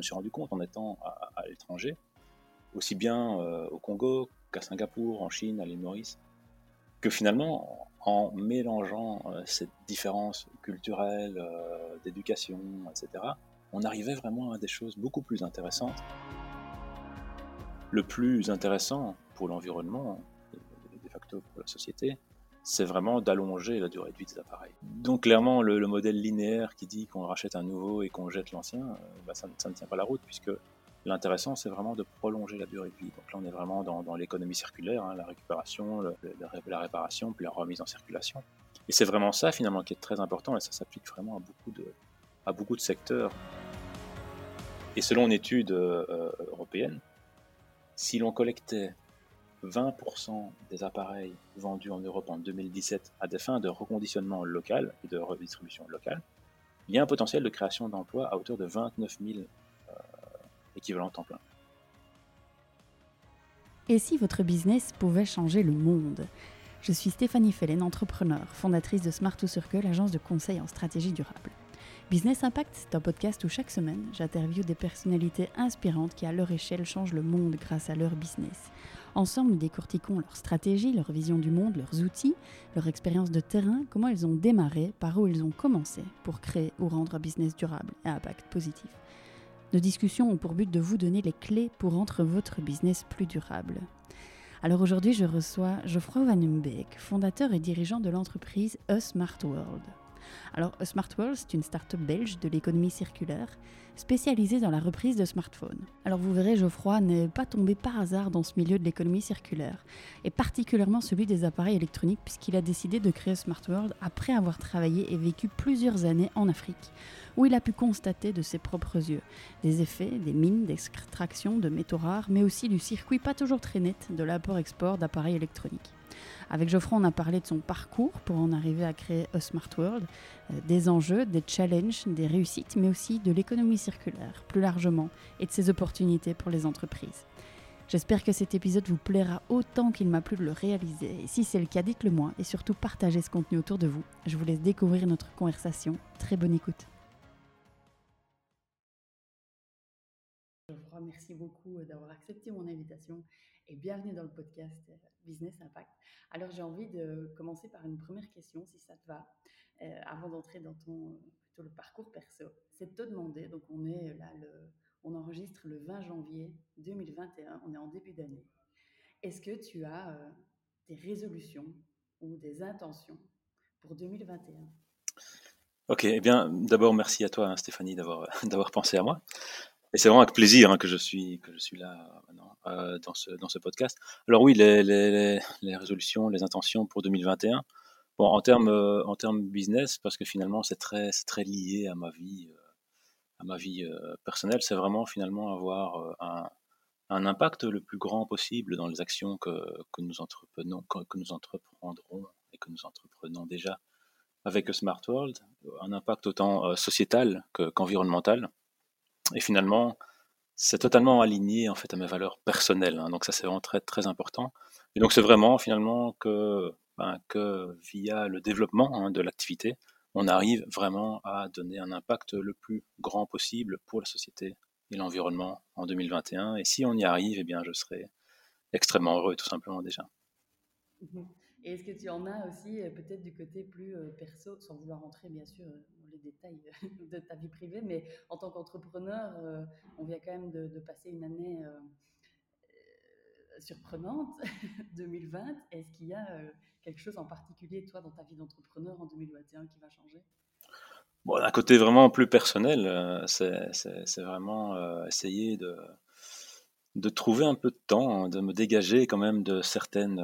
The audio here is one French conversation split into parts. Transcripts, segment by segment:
suis rendu compte en étant à l'étranger, aussi bien au Congo qu'à Singapour, en Chine, à l'île Maurice, que finalement, en mélangeant cette différence culturelle, d'éducation, etc., on arrivait vraiment à des choses beaucoup plus intéressantes. Le plus intéressant pour l'environnement, et de facto pour la société, c'est vraiment d'allonger la durée de vie des appareils. Donc clairement, le modèle linéaire qui dit qu'on rachète un nouveau et qu'on jette l'ancien, ça ne tient pas la route, puisque l'intéressant, c'est vraiment de prolonger la durée de vie. Donc là, on est vraiment dans l'économie circulaire, la récupération, la réparation, puis la remise en circulation. Et c'est vraiment ça, finalement, qui est très important, et ça s'applique vraiment à beaucoup de secteurs. Et selon une étude européenne, si l'on collectait 20% des appareils vendus en Europe en 2017 à des fins de reconditionnement local et de redistribution locale, il y a un potentiel de création d'emplois à hauteur de 29 000 équivalents temps plein. Et si votre business pouvait changer le monde ? Je suis Stéphanie Fellen, entrepreneur, fondatrice de Smart2Circle, agence de conseil en stratégie durable. Business Impact, c'est un podcast où chaque semaine, j'interviewe des personnalités inspirantes qui, à leur échelle, changent le monde grâce à leur business. Ensemble, nous décortiquons leur stratégie, leur vision du monde, leurs outils, leur expérience de terrain, comment ils ont démarré, par où ils ont commencé pour créer ou rendre un business durable et à impact positif. Nos discussions ont pour but de vous donner les clés pour rendre votre business plus durable. Alors aujourd'hui, je reçois Geoffroy Van Humbeek, fondateur et dirigeant de l'entreprise A Smart World. Alors, A Smart World, c'est une start-up belge de l'économie circulaire spécialisée dans la reprise de smartphones. Alors vous verrez, Geoffroy n'est pas tombé par hasard dans ce milieu de l'économie circulaire, et particulièrement celui des appareils électroniques, puisqu'il a décidé de créer Smart World après avoir travaillé et vécu plusieurs années en Afrique, où il a pu constater de ses propres yeux des effets, des mines, d'extraction de métaux rares, mais aussi du circuit pas toujours très net de l'apport-export d'appareils électroniques. Avec Geoffroy, on a parlé de son parcours pour en arriver à créer A Smart World, des enjeux, des challenges, des réussites, mais aussi de l'économie circulaire, plus largement, et de ses opportunités pour les entreprises. J'espère que cet épisode vous plaira autant qu'il m'a plu de le réaliser. Et si c'est le cas, dites-le moi et surtout partagez ce contenu autour de vous. Je vous laisse découvrir notre conversation. Très bonne écoute. Geoffroy, merci beaucoup d'avoir accepté mon invitation et bienvenue dans le podcast Business Impact. Alors j'ai envie de commencer par une première question, si ça te va, avant d'entrer dans plutôt le parcours perso. C'est de te demander, donc on enregistre le 20 janvier 2021, on est en début d'année. Est-ce que tu as des résolutions ou des intentions pour 2021 ? Ok, eh bien, d'abord, merci à toi, Stéphanie, d'avoir pensé à moi. Et c'est vraiment avec plaisir que je suis là maintenant dans ce podcast. Alors oui, les résolutions, les intentions pour 2021. Bon, en termes business, parce que finalement c'est très lié à ma vie personnelle, c'est vraiment finalement avoir un impact le plus grand possible dans les actions que nous que nous entreprendrons et que nous entreprenons déjà avec Smart World, un impact autant sociétal qu'environnemental. Et finalement, c'est totalement aligné en fait à mes valeurs personnelles. Donc ça c'est vraiment très important. Et donc c'est vraiment finalement que via le développement de l'activité, on arrive vraiment à donner un impact le plus grand possible pour la société et l'environnement en 2021. Et si on y arrive, eh bien je serai extrêmement heureux tout simplement déjà. Et est-ce que tu en as aussi peut-être du côté plus perso, sans vouloir rentrer bien sûr dans les détails de ta vie privée, mais en tant qu'entrepreneur, on vient quand même de passer une année surprenante, 2020. Est-ce qu'il y a quelque chose en particulier, toi, dans ta vie d'entrepreneur en 2021 qui va changer ? Bon, d'un côté vraiment plus personnel, c'est vraiment essayer de trouver un peu de temps, de me dégager quand même de certaines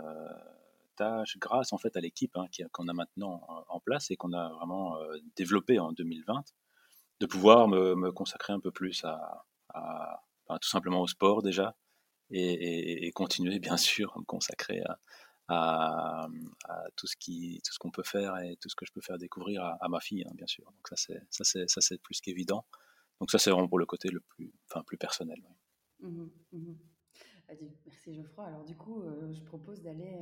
tâches grâce en fait à l'équipe qu'on a maintenant en place et qu'on a vraiment développé en 2020, de pouvoir me consacrer un peu plus tout simplement au sport déjà et continuer bien sûr à me consacrer à, à tout ce qu'on peut faire et tout ce que je peux faire découvrir à ma fille, bien sûr. Donc ça c'est plus qu'évident. Donc ça c'est vraiment pour le côté plus personnel. Ouais. Merci Geoffroy. Alors du coup, je propose d'aller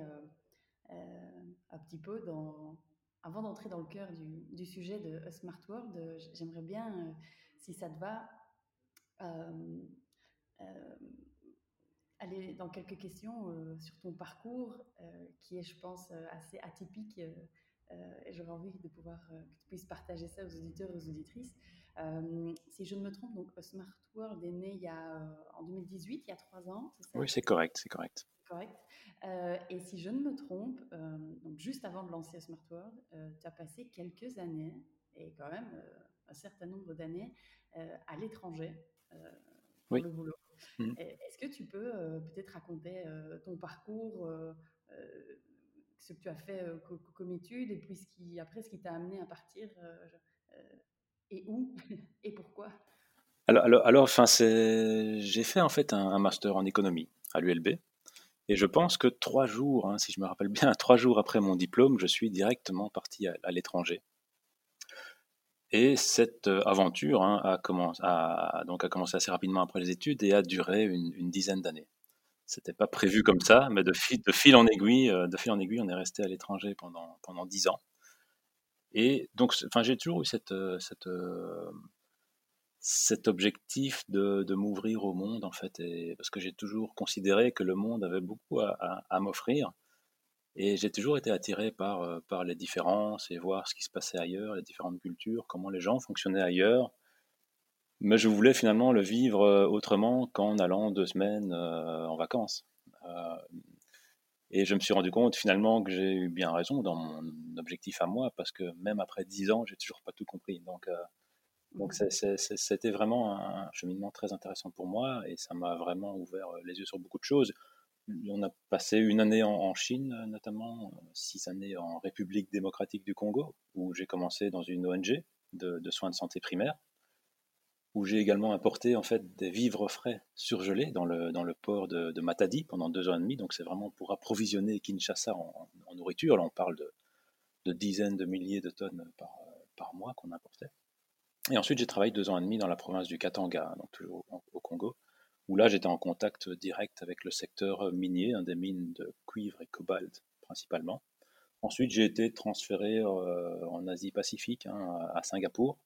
un petit peu avant d'entrer dans le cœur du sujet de A Smart World, j'aimerais bien, si ça te va, Euh, euh, Aller dans quelques questions sur ton parcours, qui est, je pense, assez atypique. Et j'aurais envie de pouvoir que tu puisses partager ça aux auditeurs et aux auditrices. Si je ne me trompe, donc Smart World est né en 2018, il y a 3 ans, c'est ça? Oui, c'est correct, c'est correct. Correct. Et si je ne me trompe, donc juste avant de lancer Smart World, tu as passé quelques années, et quand même un certain nombre d'années, à l'étranger pour Oui. le boulot. Mhm. Est-ce que tu peux peut-être raconter ton parcours, euh, ce que tu as fait comme étude, et puis après ce qui t'a amené à partir, euh, et où et pourquoi? Enfin, j'ai fait en fait un master en économie à l'ULB. Et je pense que 3 jours, hein, si je me rappelle bien, 3 jours après mon diplôme, je suis directement parti à l'étranger. Et cette aventure, hein, donc a commencé assez rapidement après les études et a duré une dizaine d'années. C'était pas prévu comme ça, mais de fil en aiguille, on est resté à l'étranger pendant 10 ans. Et donc, enfin, j'ai toujours eu cet objectif de m'ouvrir au monde, en fait, parce que j'ai toujours considéré que le monde avait beaucoup à m'offrir. Et j'ai toujours été attiré par les différences et voir ce qui se passait ailleurs, les différentes cultures, comment les gens fonctionnaient ailleurs. Mais je voulais finalement le vivre autrement qu'en allant 2 semaines en vacances. Euh, et je me suis rendu compte finalement que j'ai eu bien raison dans mon objectif à moi, parce que même après 10 ans, j'ai toujours pas tout compris. Donc Mhm. c'était vraiment un cheminement très intéressant pour moi, et ça m'a vraiment ouvert les yeux sur beaucoup de choses. On a passé une année en Chine, notamment 6 années en République démocratique du Congo, où j'ai commencé dans une ONG de soins de santé primaire, où j'ai également importé en fait des vivres frais surgelés dans le port de Matadi pendant 2 ans et demi. Donc c'est vraiment pour approvisionner Kinshasa en nourriture. Là, on parle de dizaines de milliers de tonnes par mois qu'on importait. Et ensuite, j'ai travaillé 2 ans et demi dans la province du Katanga, donc toujours au Congo, où là, j'étais en contact direct avec le secteur minier, des mines de cuivre et cobalt principalement. Ensuite, j'ai été transféré en Asie-Pacifique, hein, à Singapour,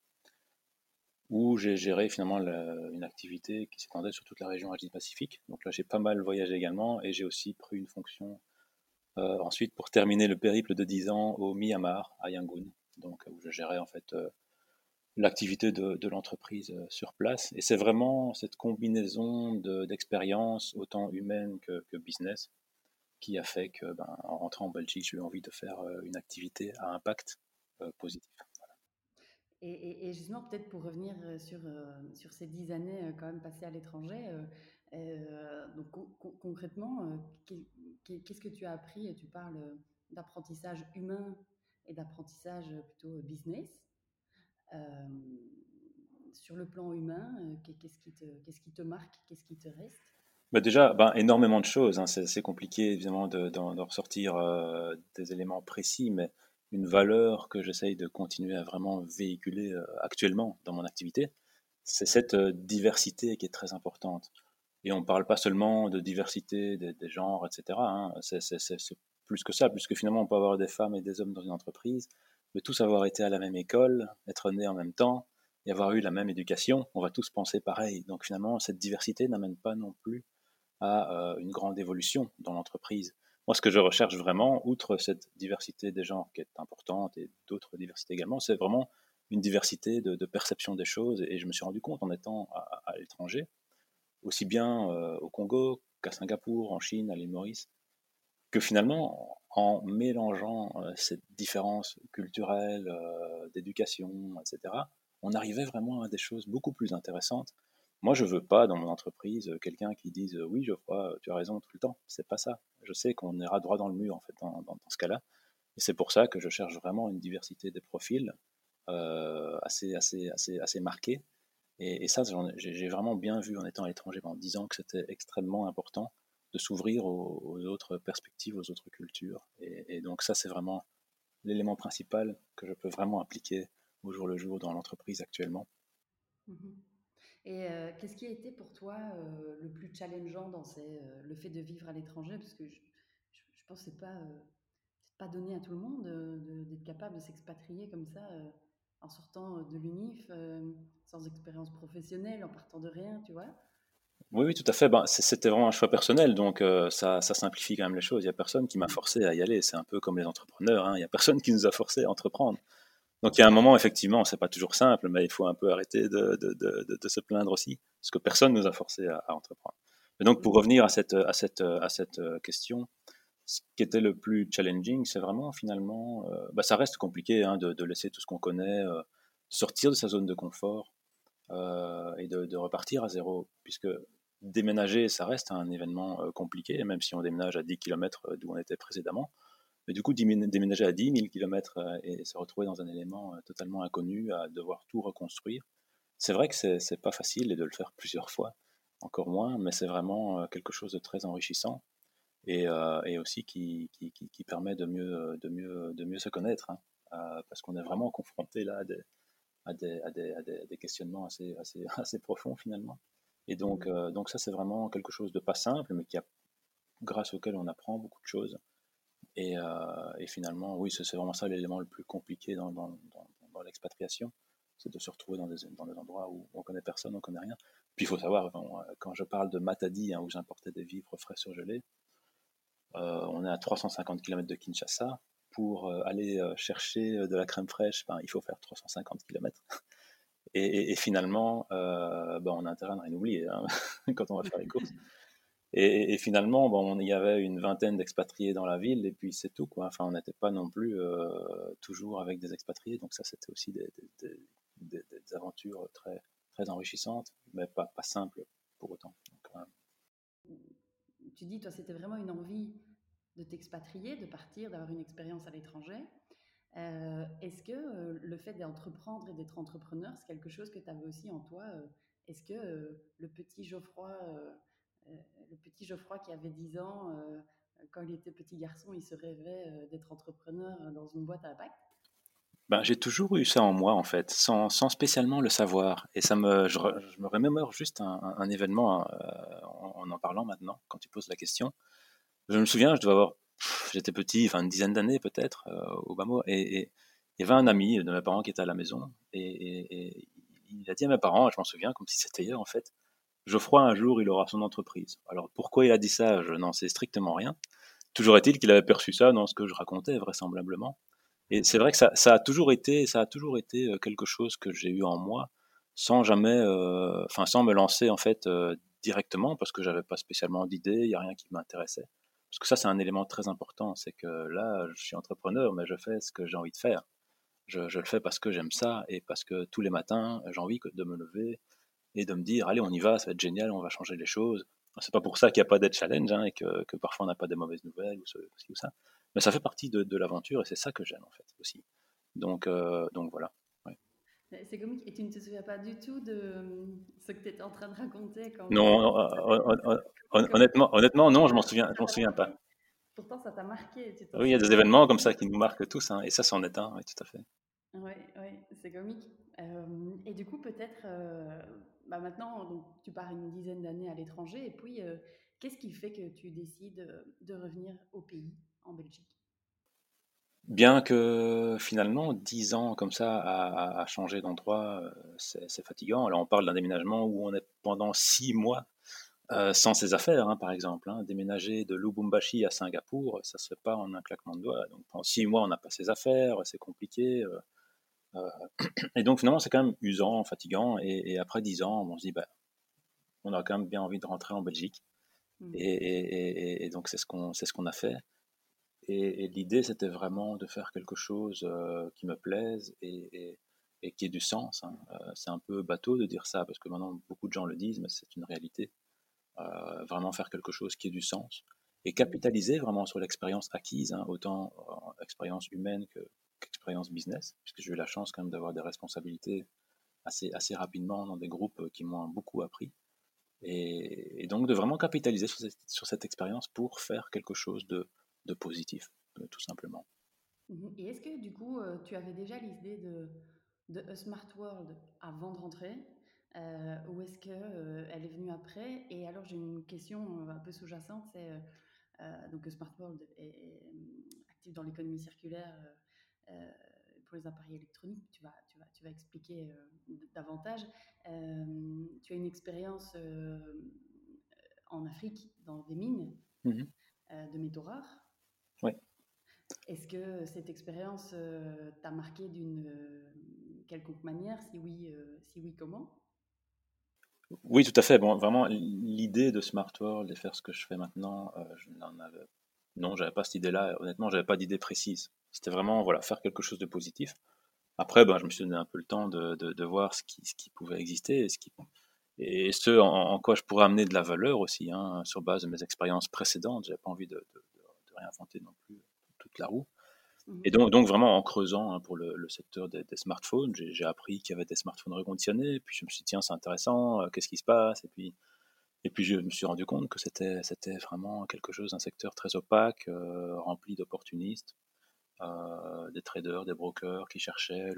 où j'ai géré finalement une activité qui s'étendait sur toute la région Asie-Pacifique. Donc là, j'ai pas mal voyagé également, et j'ai aussi pris une fonction ensuite pour terminer le périple de 10 ans au Myanmar, à Yangon, donc où je gérais en fait l'activité de l'entreprise sur place. Et c'est vraiment cette combinaison d'expériences, autant humaine que business, qui a fait que, en rentrant en Belgique, j'ai eu envie de faire une activité à impact positif. Et justement, peut-être pour revenir sur ces 10 années quand même passées à l'étranger, donc concrètement, qu'est-ce que tu as appris? Tu parles d'apprentissage humain et d'apprentissage plutôt business. Euh, sur le plan humain, qu'est-ce qui te marque? Qu'est-ce qui te reste? Bah déjà, énormément de choses, hein. C'est compliqué évidemment d'en ressortir des éléments précis, mais une valeur que j'essaye de continuer à vraiment véhiculer actuellement dans mon activité, c'est cette diversité qui est très importante. Et on ne parle pas seulement de diversité des genres, etc., hein. C'est plus que ça, puisque finalement on peut avoir des femmes et des hommes dans une entreprise, mais tous avoir été à la même école, être nés en même temps et avoir eu la même éducation, on va tous penser pareil. Donc finalement, cette diversité n'amène pas non plus à une grande évolution dans l'entreprise. Moi, ce que je recherche vraiment, outre cette diversité des genres qui est importante et d'autres diversités également, c'est vraiment une diversité de perception des choses. Et je me suis rendu compte en étant à l'étranger, aussi bien au Congo qu'à Singapour, en Chine, à l'île Maurice, que finalement, en mélangeant cette différence culturelle, d'éducation, etc., on arrivait vraiment à des choses beaucoup plus intéressantes. Moi, je veux pas dans mon entreprise quelqu'un qui dise oui, je crois, tu as raison tout le temps. C'est pas ça. Je sais qu'on ira droit dans le mur en fait dans ce cas-là. Et c'est pour ça que je cherche vraiment une diversité des profils assez marquée. Et ça, j'ai vraiment bien vu en étant à l'étranger pendant 10 ans que c'était extrêmement important de s'ouvrir aux autres perspectives, aux autres cultures. Et donc ça, c'est vraiment l'élément principal que je peux vraiment appliquer au jour le jour dans l'entreprise actuellement. Mhm. Et qu'est-ce qui a été pour toi le plus challengeant dans le fait de vivre à l'étranger? Parce que je pense que c'est pas donné à tout le monde d'être capable de s'expatrier comme ça. en sortant de l'UNIF, sans expérience professionnelle, en partant de rien, tu vois. Oui, oui, tout à fait. Ben, c'était vraiment un choix personnel, donc ça simplifie quand même les choses. Il n'y a personne qui m'a forcé à y aller. C'est un peu comme les entrepreneurs, hein. Il n'y a personne qui nous a forcé à entreprendre. Donc il y a un moment, effectivement, c'est pas toujours simple, mais il faut un peu arrêter de se plaindre aussi, parce que personne nous a forcé à entreprendre. Et donc pour revenir à cette question, ce qui était le plus challenging, c'est vraiment finalement, bah, ça reste compliqué hein, de laisser tout ce qu'on connaît, sortir de sa zone de confort et de repartir à zéro, puisque déménager, ça reste un événement compliqué, même si on déménage à 10 km d'où on était précédemment. Mais du coup, déménager à 10 000 km et se retrouver dans un élément totalement inconnu, à devoir tout reconstruire, c'est vrai que c'est pas facile et de le faire plusieurs fois, encore moins, mais c'est vraiment quelque chose de très enrichissant et aussi qui permet de mieux se connaître, hein, parce qu'on est vraiment confronté là à des questionnements assez profonds finalement. Et donc ça, c'est vraiment quelque chose de pas simple, mais grâce auquel on apprend beaucoup de choses. Et finalement, oui, c'est vraiment ça l'élément le plus compliqué dans l'expatriation, c'est de se retrouver dans des endroits où on connaît personne, on connaît rien. Puis il faut savoir, bon, quand je parle de Matadi, hein, où j'importais des vivres frais surgelés, on est à 350 km de Kinshasa. Pour aller chercher de la crème fraîche, ben, il faut faire 350 km. Et finalement, ben, on a intérêt à rien oublier hein, quand on va faire les courses. Et finalement, bon, il y avait une vingtaine d'expatriés dans la ville, et puis c'est tout, quoi. Enfin, on n'était pas non plus toujours avec des expatriés, donc ça, c'était aussi des aventures très, très enrichissantes, mais pas simples pour autant. Donc, Tu dis, toi, c'était vraiment une envie de t'expatrier, de partir, d'avoir une expérience à l'étranger. Est-ce que le fait d'entreprendre et d'être entrepreneur, c'est quelque chose que tu avais aussi en toi Est-ce que le petit Geoffroy, euh, le petit Geoffroy qui avait 10 ans, quand il était petit garçon, il se rêvait d'être entrepreneur dans une boîte à impact? ben, j'ai toujours eu ça en moi, en fait, sans spécialement le savoir. Et je me remémore juste un événement en parlant maintenant, quand tu poses la question. Je me souviens, je devais avoir, j'étais petit, enfin une dizaine d'années peut-être, au bas mot, et il y avait un ami de mes parents qui était à la maison, et il a dit à mes parents, je m'en souviens comme si c'était hier en fait, Geoffroy un jour il aura son entreprise. Alors pourquoi il a dit ça, je n'en sais strictement rien. Toujours est-il qu'il avait perçu ça dans ce que je racontais vraisemblablement. Et c'est vrai que ça a toujours été quelque chose que j'ai eu en moi, sans jamais, enfin sans me lancer en fait directement, parce que j'avais pas spécialement d'idée, il y a rien qui m'intéressait. Parce que ça, c'est un élément très important, c'est que là, je suis entrepreneur, mais je fais ce que j'ai envie de faire. Je le fais parce que j'aime ça et parce que tous les matins, j'ai envie de me lever et de me dire, allez, on y va, ça va être génial, on va changer les choses. C'est pas pour ça qu'il n'y a pas d'être challenge hein, et que parfois on n'a pas de mauvaises nouvelles ou ça. Mais ça fait partie de l'aventure et c'est ça que j'aime en fait aussi. Donc voilà. Ouais. C'est comique. Et tu ne te souviens pas du tout de ce que tu étais en train de raconter Non, quand tu avais 10 ans? honnêtement, non, je Ça m'en t'a souviens pas. marqué. Pourtant, ça t'a marqué. Tu t'en Oui, il y a des souviens. événements comme ça qui nous marquent tous, hein, et ça, c'en est un, oui, tout à fait. Oui, ouais, c'est comique. Et du coup, peut-être, bah maintenant, donc, tu pars une dizaine d'années à l'étranger, et puis, qu'est-ce qui fait que tu décides de revenir au pays, en Belgique? Bien que finalement, 10 ans comme ça à changer d'endroit, c'est fatigant. Alors on parle d'un déménagement où on est pendant 6 mois sans ses affaires, hein, par exemple. Hein. Déménager de Lubumbashi à Singapour, ça se fait pas en un claquement de doigts. Donc pendant 6 mois, on n'a pas ses affaires, c'est compliqué. Euh, et donc finalement, c'est quand même usant, fatigant. Et après 10 ans, on se dit, bah, on a quand même bien envie de rentrer en Belgique. Mhm. Et donc c'est ce qu'on a fait. Et l'idée, c'était vraiment de faire quelque chose qui me plaise et qui ait du sens. Hein. C'est un peu bateau de dire ça, parce que maintenant, beaucoup de gens le disent, mais c'est une réalité. Vraiment faire quelque chose qui ait du sens et Mhm. capitaliser vraiment sur l'expérience acquise, hein, autant expérience humaine qu'expérience business, puisque j'ai eu la chance quand même d'avoir des responsabilités assez rapidement dans des groupes qui m'ont beaucoup appris. Et donc de vraiment capitaliser sur cette expérience pour faire quelque chose de positif, tout simplement. Mhm. Et est-ce que, du coup, tu avais déjà l'idée de A Smart World avant de rentrer, ou est-ce que, elle est venue après? Et alors, j'ai une question un peu sous-jacente, c'est donc Smart World est actif dans l'économie circulaire pour les appareils électroniques, tu vas expliquer davantage. Tu as une expérience en Afrique dans des mines Mhm. de métaux rares. Ouais. Est-ce que cette expérience t'a marqué d'une quelconque manière? Si oui, comment? Oui, tout à fait. Bon, vraiment, l'idée de Smart World et faire ce que je fais maintenant, non, j'avais pas cette idée-là. Honnêtement, j'avais pas d'idée précise. C'était vraiment, voilà, faire quelque chose de positif. Après, ben, je me suis donné un peu le temps de voir ce qui pouvait exister et ce en quoi je pourrais amener de la valeur aussi, hein, sur base de mes expériences précédentes. J'avais pas envie de réinventer non plus toute la roue. Et Mhm. donc vraiment en creusant, hein, pour le secteur des smartphones, j'ai appris qu'il y avait des smartphones reconditionnés. Puis je me suis dit, tiens, c'est intéressant, qu'est-ce qui se passe? Et puis je me suis rendu compte que c'était vraiment quelque chose, un secteur très opaque, rempli d'opportunistes, des traders, des brokers qui cherchaient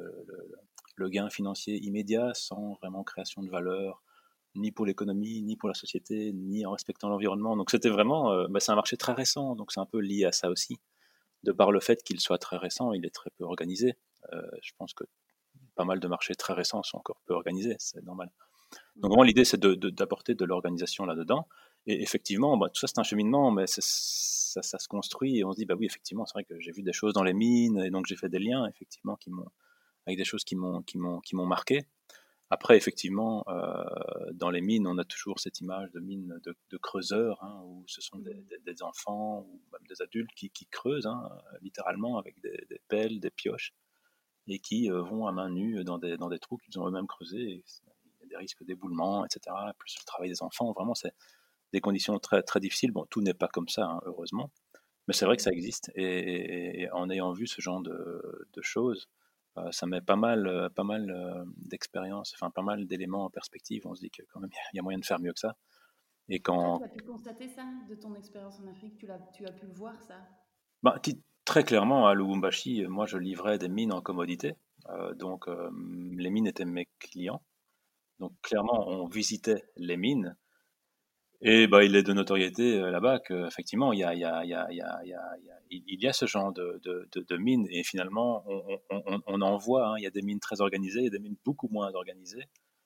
le gain financier immédiat sans vraiment création de valeur, ni pour l'économie, ni pour la société, ni en respectant l'environnement. Donc c'était vraiment, c'est un marché très récent, donc c'est un peu lié à ça aussi. De par le fait qu'il soit très récent, il est très peu organisé. Je pense que pas mal de marchés très récents sont encore peu organisés, c'est normal. Donc vraiment, Mhm. l'idée, c'est d'apporter de l'organisation là-dedans. Et effectivement, bah, tout ça, c'est un cheminement, mais ça se construit et on se dit, bah oui, effectivement, c'est vrai que j'ai vu des choses dans les mines et donc j'ai fait des liens, effectivement, avec des choses qui m'ont marqué. Après, effectivement, dans les mines, on a toujours cette image de mines de creuseurs, hein, où ce sont Mhm. des enfants ou même des adultes qui creusent, hein, littéralement avec des pelles, des pioches, et qui vont à main nue dans des trous qu'ils ont eux-mêmes creusés. Et il y a des risques d'éboulement, etc. Plus le travail des enfants, vraiment, c'est des conditions très, très difficiles. Bon, tout n'est pas comme ça, hein, heureusement, mais c'est vrai que ça Mhm. existe. Et en ayant vu ce genre de choses, ça met pas mal d'expérience, enfin pas mal d'éléments en perspective. On se dit que quand même il y a moyen de faire mieux que ça. Et Toi, quand, tu as pu constater ça de ton expérience en Afrique? Tu as pu le voir ça? bah, très clairement à Lubumbashi, moi je livrais des mines en commodité, donc les mines étaient mes clients. Donc clairement on visitait les mines. Et bah, il est de notoriété là-bas qu'effectivement, il y a ce genre de mines. Et finalement, on en voit, hein, il y a des mines très organisées, il y a des mines beaucoup moins organisées.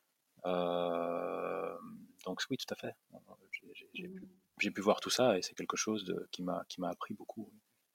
Euh, donc oui, tout à fait. Mhm. J'ai pu voir tout ça et c'est quelque chose qui m'a appris beaucoup.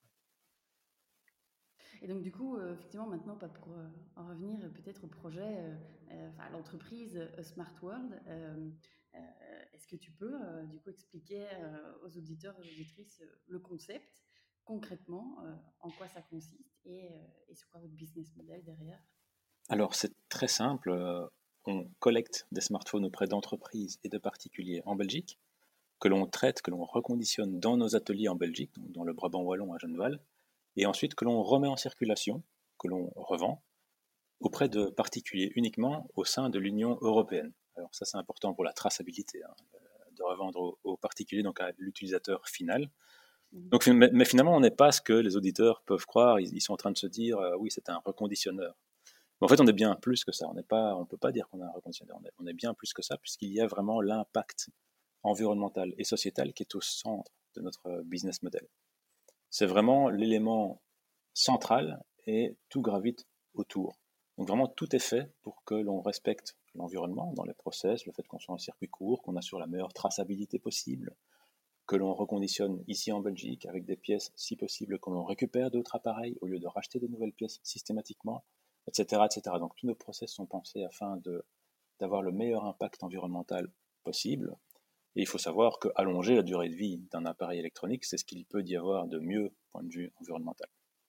Et donc, du coup, effectivement, maintenant, pas pour en revenir peut-être au projet, enfin, à l'entreprise A Smart World, euh, est-ce que tu peux, du coup, expliquer aux auditeurs et aux auditrices le concept, concrètement, en quoi ça consiste et c'est quoi votre business model derrière? Alors c'est très simple. On collecte des smartphones auprès d'entreprises et de particuliers en Belgique, que l'on traite, que l'on reconditionne dans nos ateliers en Belgique, donc dans le Brabant wallon à Genneval, et ensuite que l'on remet en circulation, que l'on revend auprès de particuliers uniquement au sein de l'Union européenne. Alors ça c'est important pour la traçabilité, hein, de revendre aux particuliers, donc à l'utilisateur final. Mhm. Donc, mais finalement, on n'est pas ce que les auditeurs peuvent croire. Ils sont en train de se dire, oui, c'est un reconditionneur. Mais en fait, on est bien plus que ça. On peut pas dire qu'on est un reconditionneur. On est bien plus que ça, puisqu'il y a vraiment l'impact environnemental et sociétal qui est au centre de notre business model. C'est vraiment l'élément central et tout gravite autour. Donc vraiment, tout est fait pour que l'on respecte l'environnement dans les process, le fait qu'on soit en circuit court, qu'on assure la meilleure traçabilité possible, que l'on reconditionne ici en Belgique avec des pièces, si possible, que l'on récupère d'autres appareils au lieu de racheter de nouvelles pièces systématiquement, etc., etc. Donc tous nos process sont pensés afin d'avoir le meilleur impact environnemental possible. Et il faut savoir qu'allonger la durée de vie d'un appareil électronique, c'est ce qu'il peut y avoir de mieux du point de vue environnemental.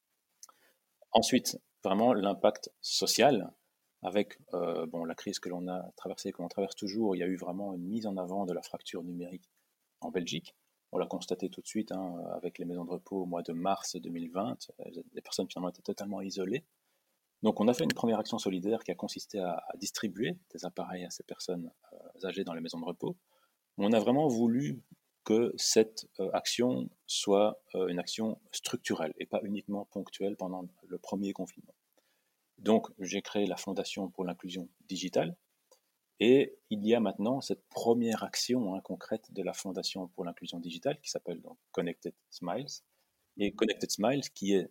Ensuite, vraiment l'impact social, avec bon, la crise que l'on a traversée, que l'on traverse toujours, il y a eu vraiment une mise en avant de la fracture numérique en Belgique. On l'a constaté tout de suite, hein, avec les maisons de repos au mois de mars 2020. Les personnes finalement étaient totalement isolées. Donc on a fait une première action solidaire qui a consisté à distribuer des appareils à ces personnes âgées dans les maisons de repos. On a vraiment voulu que cette action soit une action structurelle et pas uniquement ponctuelle pendant le premier confinement. Donc j'ai créé la Fondation pour l'inclusion digitale et il y a maintenant cette première action, hein, concrète de la Fondation pour l'inclusion digitale qui s'appelle donc Connected Smiles. Et Mhm. Connected Smiles qui est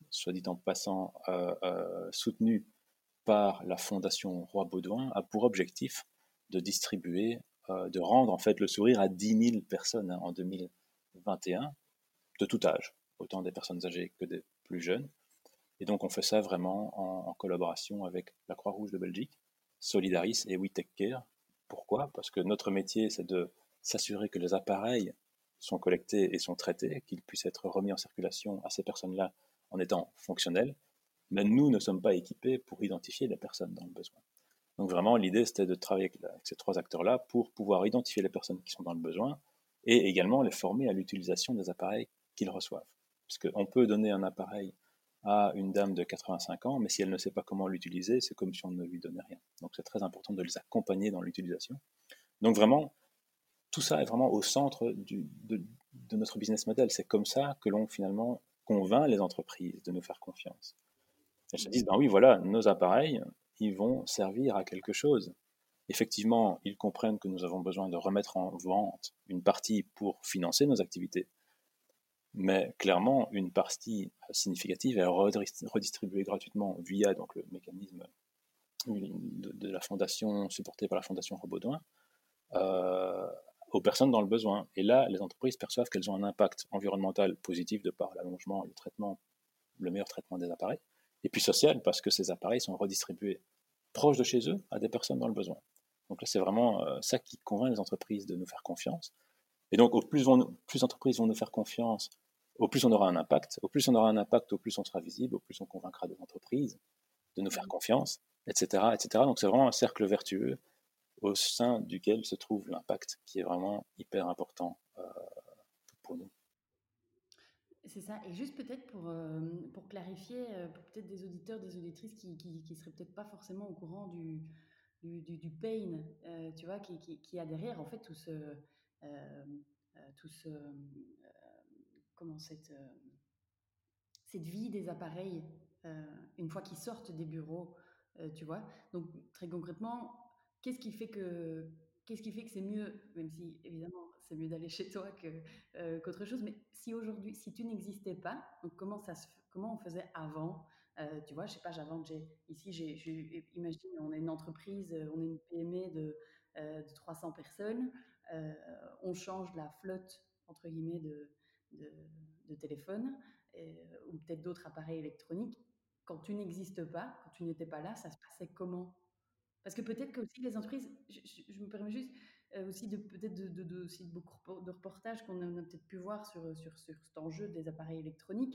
soit dit en passant, soutenue par la Fondation Roi Baudouin, a pour objectif de distribuer, de rendre en fait le sourire à 10 000 personnes en 2021, de tout âge, autant des personnes âgées que des plus jeunes. Et donc on fait ça vraiment en collaboration avec la Croix-Rouge de Belgique, Solidaris et We Take Care. Pourquoi ? Parce que notre métier, c'est de s'assurer que les appareils sont collectés et sont traités, qu'ils puissent être remis en circulation à ces personnes-là en étant fonctionnels. Mais nous ne sommes pas équipés pour identifier les personnes dans le besoin. Donc vraiment, l'idée, c'était de travailler avec ces trois acteurs-là pour pouvoir identifier les personnes qui sont dans le besoin et également les former à l'utilisation des appareils qu'ils reçoivent. Puisqu'on peut donner un appareil à une dame de 85 ans, mais si elle ne sait pas comment l'utiliser, c'est comme si on ne lui donnait rien. Donc c'est très important de les accompagner dans l'utilisation. Donc vraiment, tout ça est vraiment au centre de notre business model. C'est comme ça que l'on finalement convainc les entreprises de nous faire confiance. Elles se disent, ben oui, voilà, nos appareils, ils vont servir à quelque chose. Effectivement, ils comprennent que nous avons besoin de remettre en vente une partie pour financer nos activités. Mais clairement, une partie significative est redistribuée gratuitement via donc, le mécanisme de la fondation, supporté par la fondation Roi Baudouin, aux personnes dans le besoin. Et là, les entreprises perçoivent qu'elles ont un impact environnemental positif de par l'allongement, le traitement, le meilleur traitement des appareils, et puis social parce que ces appareils sont redistribués proches de chez eux à des personnes dans le besoin. Donc là, c'est vraiment ça qui convainc les entreprises de nous faire confiance. Et donc, au plus d'entreprises vont nous faire confiance, au plus on aura un impact. Au plus on aura un impact, au plus on sera visible, au plus on convaincra des entreprises de nous faire confiance, etc., etc. Donc c'est vraiment un cercle vertueux au sein duquel se trouve l'impact, qui est vraiment hyper important pour nous. C'est ça. Et juste peut-être pour clarifier, pour peut-être des auditeurs, des auditrices qui seraient peut-être pas forcément au courant du pain, tu vois, qui a derrière, en fait, tout ce comment cette vie des appareils une fois qu'ils sortent des bureaux, tu vois. Donc très concrètement, qu'est-ce qui fait que qu'est-ce qui fait que c'est mieux, même si évidemment c'est mieux d'aller chez toi qu'autre chose, mais si aujourd'hui, si tu n'existais pas, donc comment on faisait avant, tu vois, je sais pas, imagine, on est une entreprise, on est une PME de 300 personnes, on change la flotte entre guillemets de, de téléphone ou peut-être d'autres appareils électroniques. Quand tu n'existes pas, quand tu n'étais pas là, ça se passait comment? Parce que peut-être que aussi les entreprises, je me permets juste aussi peut-être aussi de beaucoup de reportages qu'on a peut-être pu voir sur cet enjeu des appareils électroniques,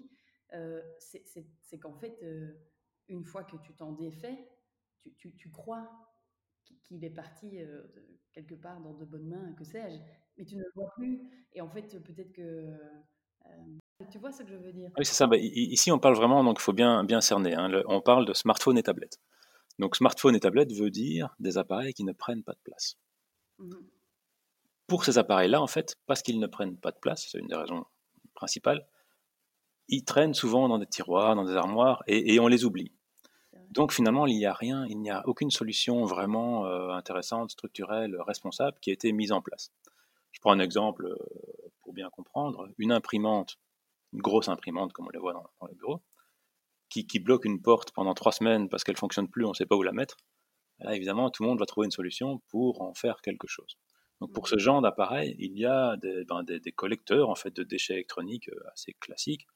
c'est qu'en fait, une fois que tu t'en défais, tu crois qu'il est parti quelque part dans de bonnes mains, que sais-je, mais tu ne le vois plus. Et en fait, peut-être que tu vois ce que je veux dire. Oui, c'est ça. Bah, ici, on parle vraiment, donc il faut bien cerner. Hein, on parle de smartphone et tablette. Donc, smartphone et tablette veut dire des appareils qui ne prennent pas de place. Mhm. Pour ces appareils-là, en fait, parce qu'ils ne prennent pas de place, c'est une des raisons principales, ils traînent souvent dans des tiroirs, dans des armoires, et on les oublie. Donc finalement, il n'y a aucune solution vraiment intéressante, structurelle, responsable qui a été mise en place. Je prends un exemple pour bien comprendre. Une imprimante, une grosse imprimante comme on les voit dans les bureaux, qui bloque une porte pendant 3 semaines parce qu'elle ne fonctionne plus, on ne sait pas où la mettre. Là, évidemment, tout le monde va trouver une solution pour en faire quelque chose. Donc pour ce genre d'appareil, il y a des collecteurs en fait, de déchets électroniques assez classiques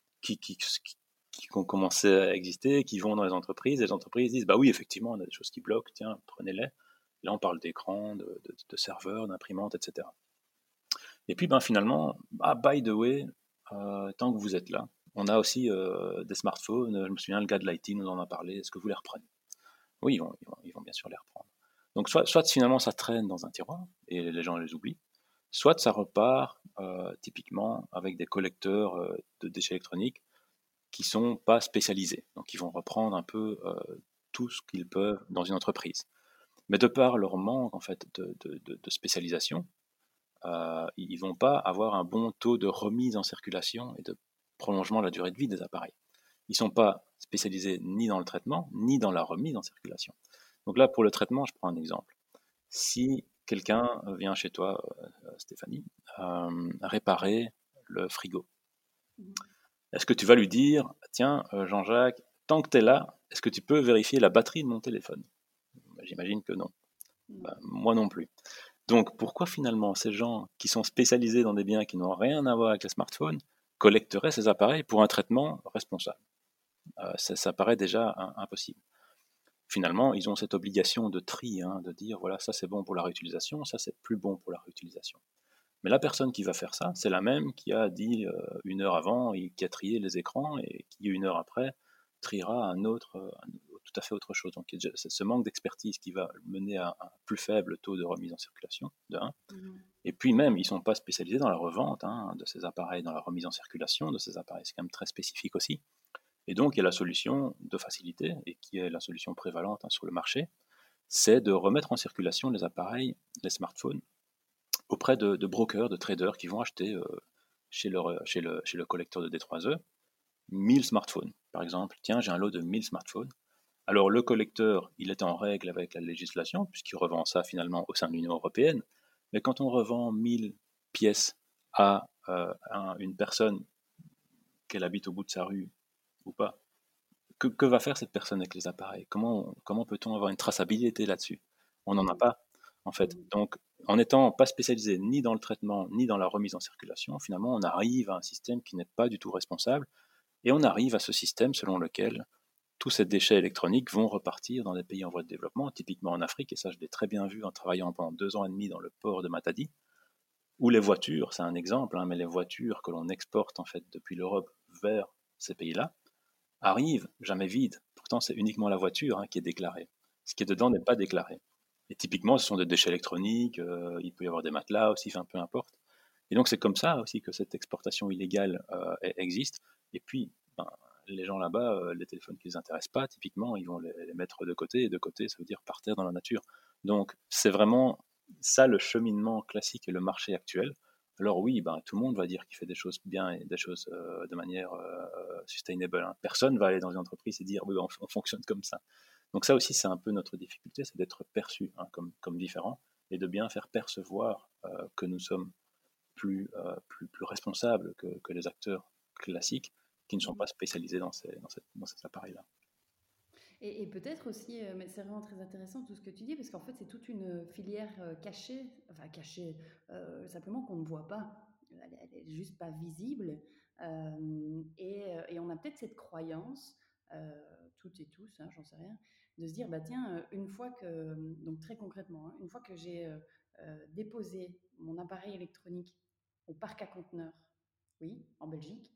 qui ont commencé à exister, qui vont dans les entreprises, et les entreprises disent, bah oui, effectivement, on a des choses qui bloquent, tiens, prenez-les. Là, on parle d'écrans, de serveurs, d'imprimantes, etc. Et puis, ben, finalement, by the way, tant que vous êtes là, on a aussi des smartphones, je me souviens, le gars de l'IT nous en a parlé, est-ce que vous les reprenez? Oui, ils vont bien sûr les reprendre. Donc, soit finalement, ça traîne dans un tiroir, et les gens les oublient, soit ça repart typiquement avec des collecteurs de déchets électroniques qui sont pas spécialisés. Donc, ils vont reprendre un peu tout ce qu'ils peuvent dans une entreprise. Mais de par leur manque en fait de spécialisation, ils vont pas avoir un bon taux de remise en circulation et de prolongement de la durée de vie des appareils. Ils sont pas spécialisés ni dans le traitement, ni dans la remise en circulation. Donc là, pour le traitement, je prends un exemple. Si quelqu'un vient chez toi, Stéphanie, réparer le frigo, est-ce que tu vas lui dire, tiens, Jean-Jacques, tant que tu es là, est-ce que tu peux vérifier la batterie de mon téléphone? J'imagine que non. Moi non plus. Donc pourquoi finalement ces gens qui sont spécialisés dans des biens qui n'ont rien à voir avec les smartphones collecteraient ces appareils pour un traitement responsable? Ça paraît déjà impossible. Finalement, ils ont cette obligation de tri, de dire voilà, ça c'est bon pour la réutilisation, ça c'est plus bon pour la réutilisation. Mais la personne qui va faire ça, c'est la même qui a dit une heure avant, qui a trié les écrans et qui, une heure après, triera tout à fait autre chose. Donc c'est ce manque d'expertise qui va mener à un plus faible taux de remise en circulation, de 1. Et puis même, ils ne sont pas spécialisés dans la revente de ces appareils, dans la remise en circulation de ces appareils. C'est quand même très spécifique aussi. Et donc, il y a la solution de facilité, et qui est la solution prévalente sur le marché, c'est de remettre en circulation les appareils, les smartphones, auprès de brokers, de traders qui vont acheter chez le collecteur de D3E 1000 smartphones. Par exemple, tiens, j'ai un lot de 1000 smartphones. Alors le collecteur, il est en règle avec la législation, puisqu'il revend ça finalement au sein de l'Union européenne. Mais quand on revend 1000 pièces à une personne, qu'elle habite au bout de sa rue ou pas, que va faire cette personne avec les appareils? Comment peut-on avoir une traçabilité là-dessus? On n'en a pas, en fait. Donc, en n'étant pas spécialisé ni dans le traitement, ni dans la remise en circulation, finalement, on arrive à un système qui n'est pas du tout responsable, et on arrive à ce système selon lequel tous ces déchets électroniques vont repartir dans des pays en voie de développement, typiquement en Afrique, et ça je l'ai très bien vu en travaillant pendant 2 ans et demi dans le port de Matadi, où les voitures, c'est un exemple, mais les voitures que l'on exporte en fait depuis l'Europe vers ces pays-là, arrivent jamais vides. Pourtant, c'est uniquement la voiture qui est déclarée. Ce qui est dedans n'est pas déclaré. Et typiquement, ce sont des déchets électroniques, il peut y avoir des matelas aussi, enfin peu importe. Et donc c'est comme ça aussi que cette exportation illégale existe. Et puis, les gens là-bas, les téléphones qui ne les intéressent pas, typiquement, ils vont les mettre de côté. Et de côté, ça veut dire par terre dans la nature. Donc c'est vraiment ça le cheminement classique et le marché actuel. Alors oui, tout le monde va dire qu'il fait des choses bien et des choses de manière sustainable. Personne ne va aller dans une entreprise et dire oui, on fonctionne comme ça. Donc ça aussi, c'est un peu notre difficulté, c'est d'être perçu comme différent et de bien faire percevoir que nous sommes plus responsables que les acteurs classiques qui ne sont pas spécialisés dans ces appareils-là. Et peut-être aussi, mais c'est vraiment très intéressant tout ce que tu dis, parce qu'en fait, c'est toute une filière cachée, simplement qu'on ne voit pas. Elle est juste pas visible. Et on a peut-être cette croyance, toutes et tous, j'en sais rien, de se dire, bah tiens, une fois que, donc très concrètement, une fois que j'ai déposé mon appareil électronique au parc à conteneurs, oui, en Belgique,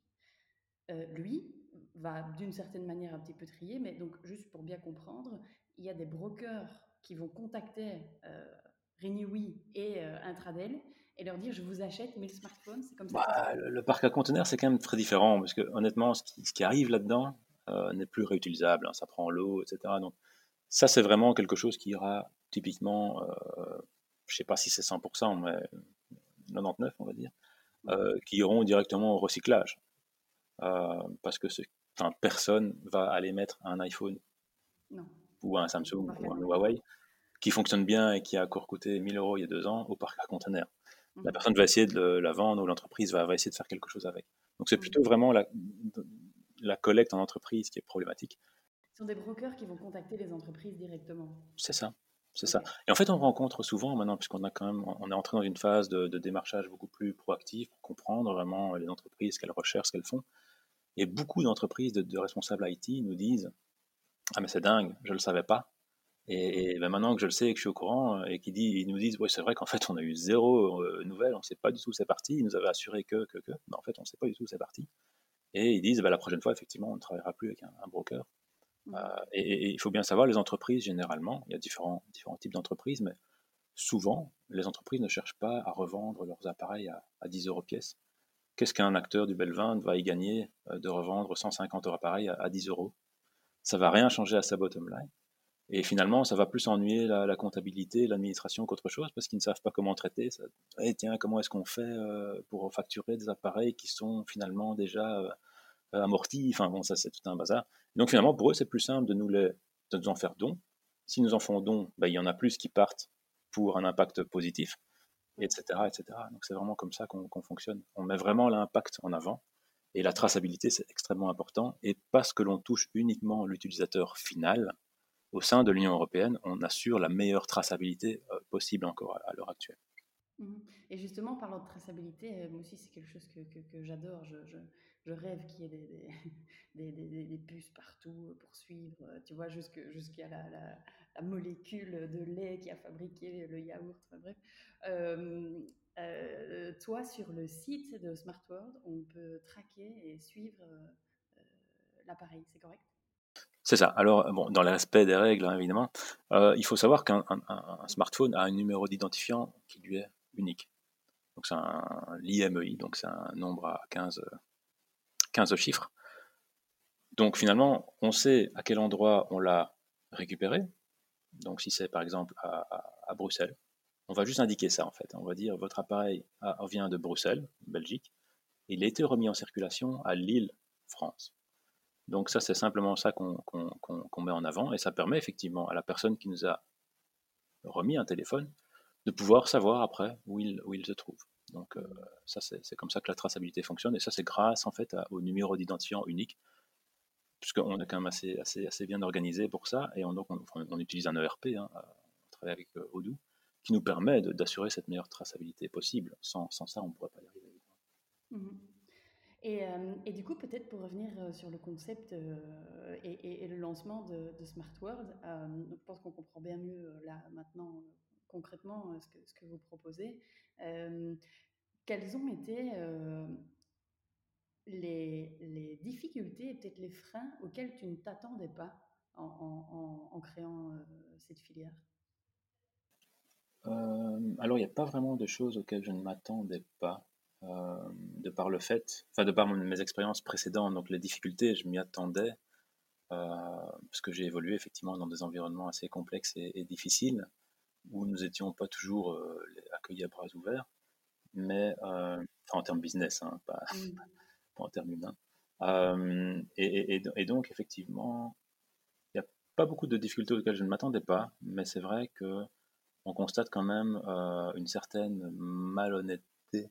lui va d'une certaine manière un petit peu trier, mais donc juste pour bien comprendre, il y a des brokers qui vont contacter Renewy et Intradel et leur dire je vous achète 1000 smartphones, c'est comme ça que ça se passe. Le parc à conteneurs, c'est quand même très différent, parce que honnêtement, ce qui arrive là-dedans n'est plus réutilisable, ça prend l'eau, etc. Donc ça, c'est vraiment quelque chose qui ira typiquement, je ne sais pas si c'est 100%, mais 99, on va dire, qui iront directement au recyclage. Parce que personne va aller mettre un iPhone Non. ou un Samsung ou un Huawei qui fonctionne bien et qui a encore coûté 1000 euros il y a 2 ans au parc à conteneurs. La personne va essayer de la vendre ou l'entreprise va essayer de faire quelque chose avec. Donc c'est plutôt vraiment la collecte en entreprise qui est problématique. Ce sont des brokers qui vont contacter les entreprises directement. C'est ça. C'est ça. Et en fait, on rencontre souvent maintenant, puisqu'on a quand même, on est entré dans une phase de démarchage beaucoup plus proactif pour comprendre vraiment les entreprises, qu'elles recherchent, ce qu'elles font. Et beaucoup d'entreprises de responsables IT nous disent ah mais c'est dingue, je le savais pas. Et maintenant que je le sais et que je suis au courant, et ils nous disent ouais c'est vrai qu'en fait on a eu zéro nouvelle, on sait pas du tout où c'est parti. Ils nous avaient assuré mais en fait on sait pas du tout où c'est parti. Et ils disent la prochaine fois effectivement on ne travaillera plus avec un broker. Et il faut bien savoir les entreprises généralement, il y a différents types d'entreprises, mais souvent les entreprises ne cherchent pas à revendre leurs appareils à 10 euros pièce. Qu'est-ce qu'un acteur du Belvin va y gagner de revendre 150 appareils à 10 euros? Ça va rien changer à sa bottom line. Et finalement, ça va plus ennuyer la comptabilité, l'administration qu'autre chose, parce qu'ils ne savent pas comment traiter ça. Hey, tiens, comment est-ce qu'on fait pour facturer des appareils qui sont finalement déjà amortis? Enfin bon, ça c'est tout un bazar. Donc finalement, pour eux, c'est plus simple de nous en faire don. Si nous en font don, il y en a plus qui partent pour un impact positif, etc., etc. Donc c'est vraiment comme ça qu'on fonctionne. On met vraiment l'impact en avant. Et la traçabilité, c'est extrêmement important. Et parce que l'on touche uniquement l'utilisateur final, au sein de l'Union européenne, on assure la meilleure traçabilité possible encore à l'heure actuelle. Mhm. Et justement, en parlant de traçabilité, moi aussi, c'est quelque chose que j'adore. Je rêve qu'il y ait des puces partout pour suivre, tu vois, jusqu'à la molécule de lait qui a fabriqué le yaourt. Enfin, bref. Toi, sur le site de Smart World, on peut traquer et suivre l'appareil, c'est correct? C'est ça. Alors, bon, dans l'aspect des règles, hein, évidemment, il faut savoir qu'un smartphone a un numéro d'identifiant qui lui est unique. Donc, c'est l'IMEI, donc c'est un nombre à 15 chiffres. Donc, finalement, on sait à quel endroit on l'a récupéré. Donc, si c'est par exemple à Bruxelles, on va juste indiquer ça en fait. On va dire votre appareil vient de Bruxelles, Belgique. Il a été remis en circulation à Lille, France. Donc ça, c'est simplement ça qu'on met en avant et ça permet effectivement à la personne qui nous a remis un téléphone de pouvoir savoir après où il se trouve. Donc ça, c'est comme ça que la traçabilité fonctionne et ça, c'est grâce en fait au numéro d'identifiant unique puisqu'on est quand même assez bien organisé pour ça et on utilise un ERP, hein, on travaille avec Odoo, qui nous permet d'assurer cette meilleure traçabilité possible. Sans ça, on ne pourrait pas y arriver. Mhm. Et du coup, peut-être pour revenir sur le concept et le lancement de Smart World, je pense qu'on comprend bien mieux là maintenant concrètement ce que vous proposez. Euh, Quelles ont été les difficultés et peut-être les freins auxquels tu ne t'attendais pas en créant cette filière? Alors, il n'y a pas vraiment de choses auxquelles je ne m'attendais pas, de par le fait, enfin, de par mes expériences précédentes. Donc, les difficultés, je m'y attendais, parce que j'ai évolué effectivement dans des environnements assez complexes et difficiles, où nous n'étions pas toujours accueillis à bras ouverts, mais enfin, en termes business, hein, Mm. pas en termes humains. Et donc, effectivement, il n'y a pas beaucoup de difficultés auxquelles je ne m'attendais pas, mais c'est vrai que on constate quand même une certaine malhonnêteté.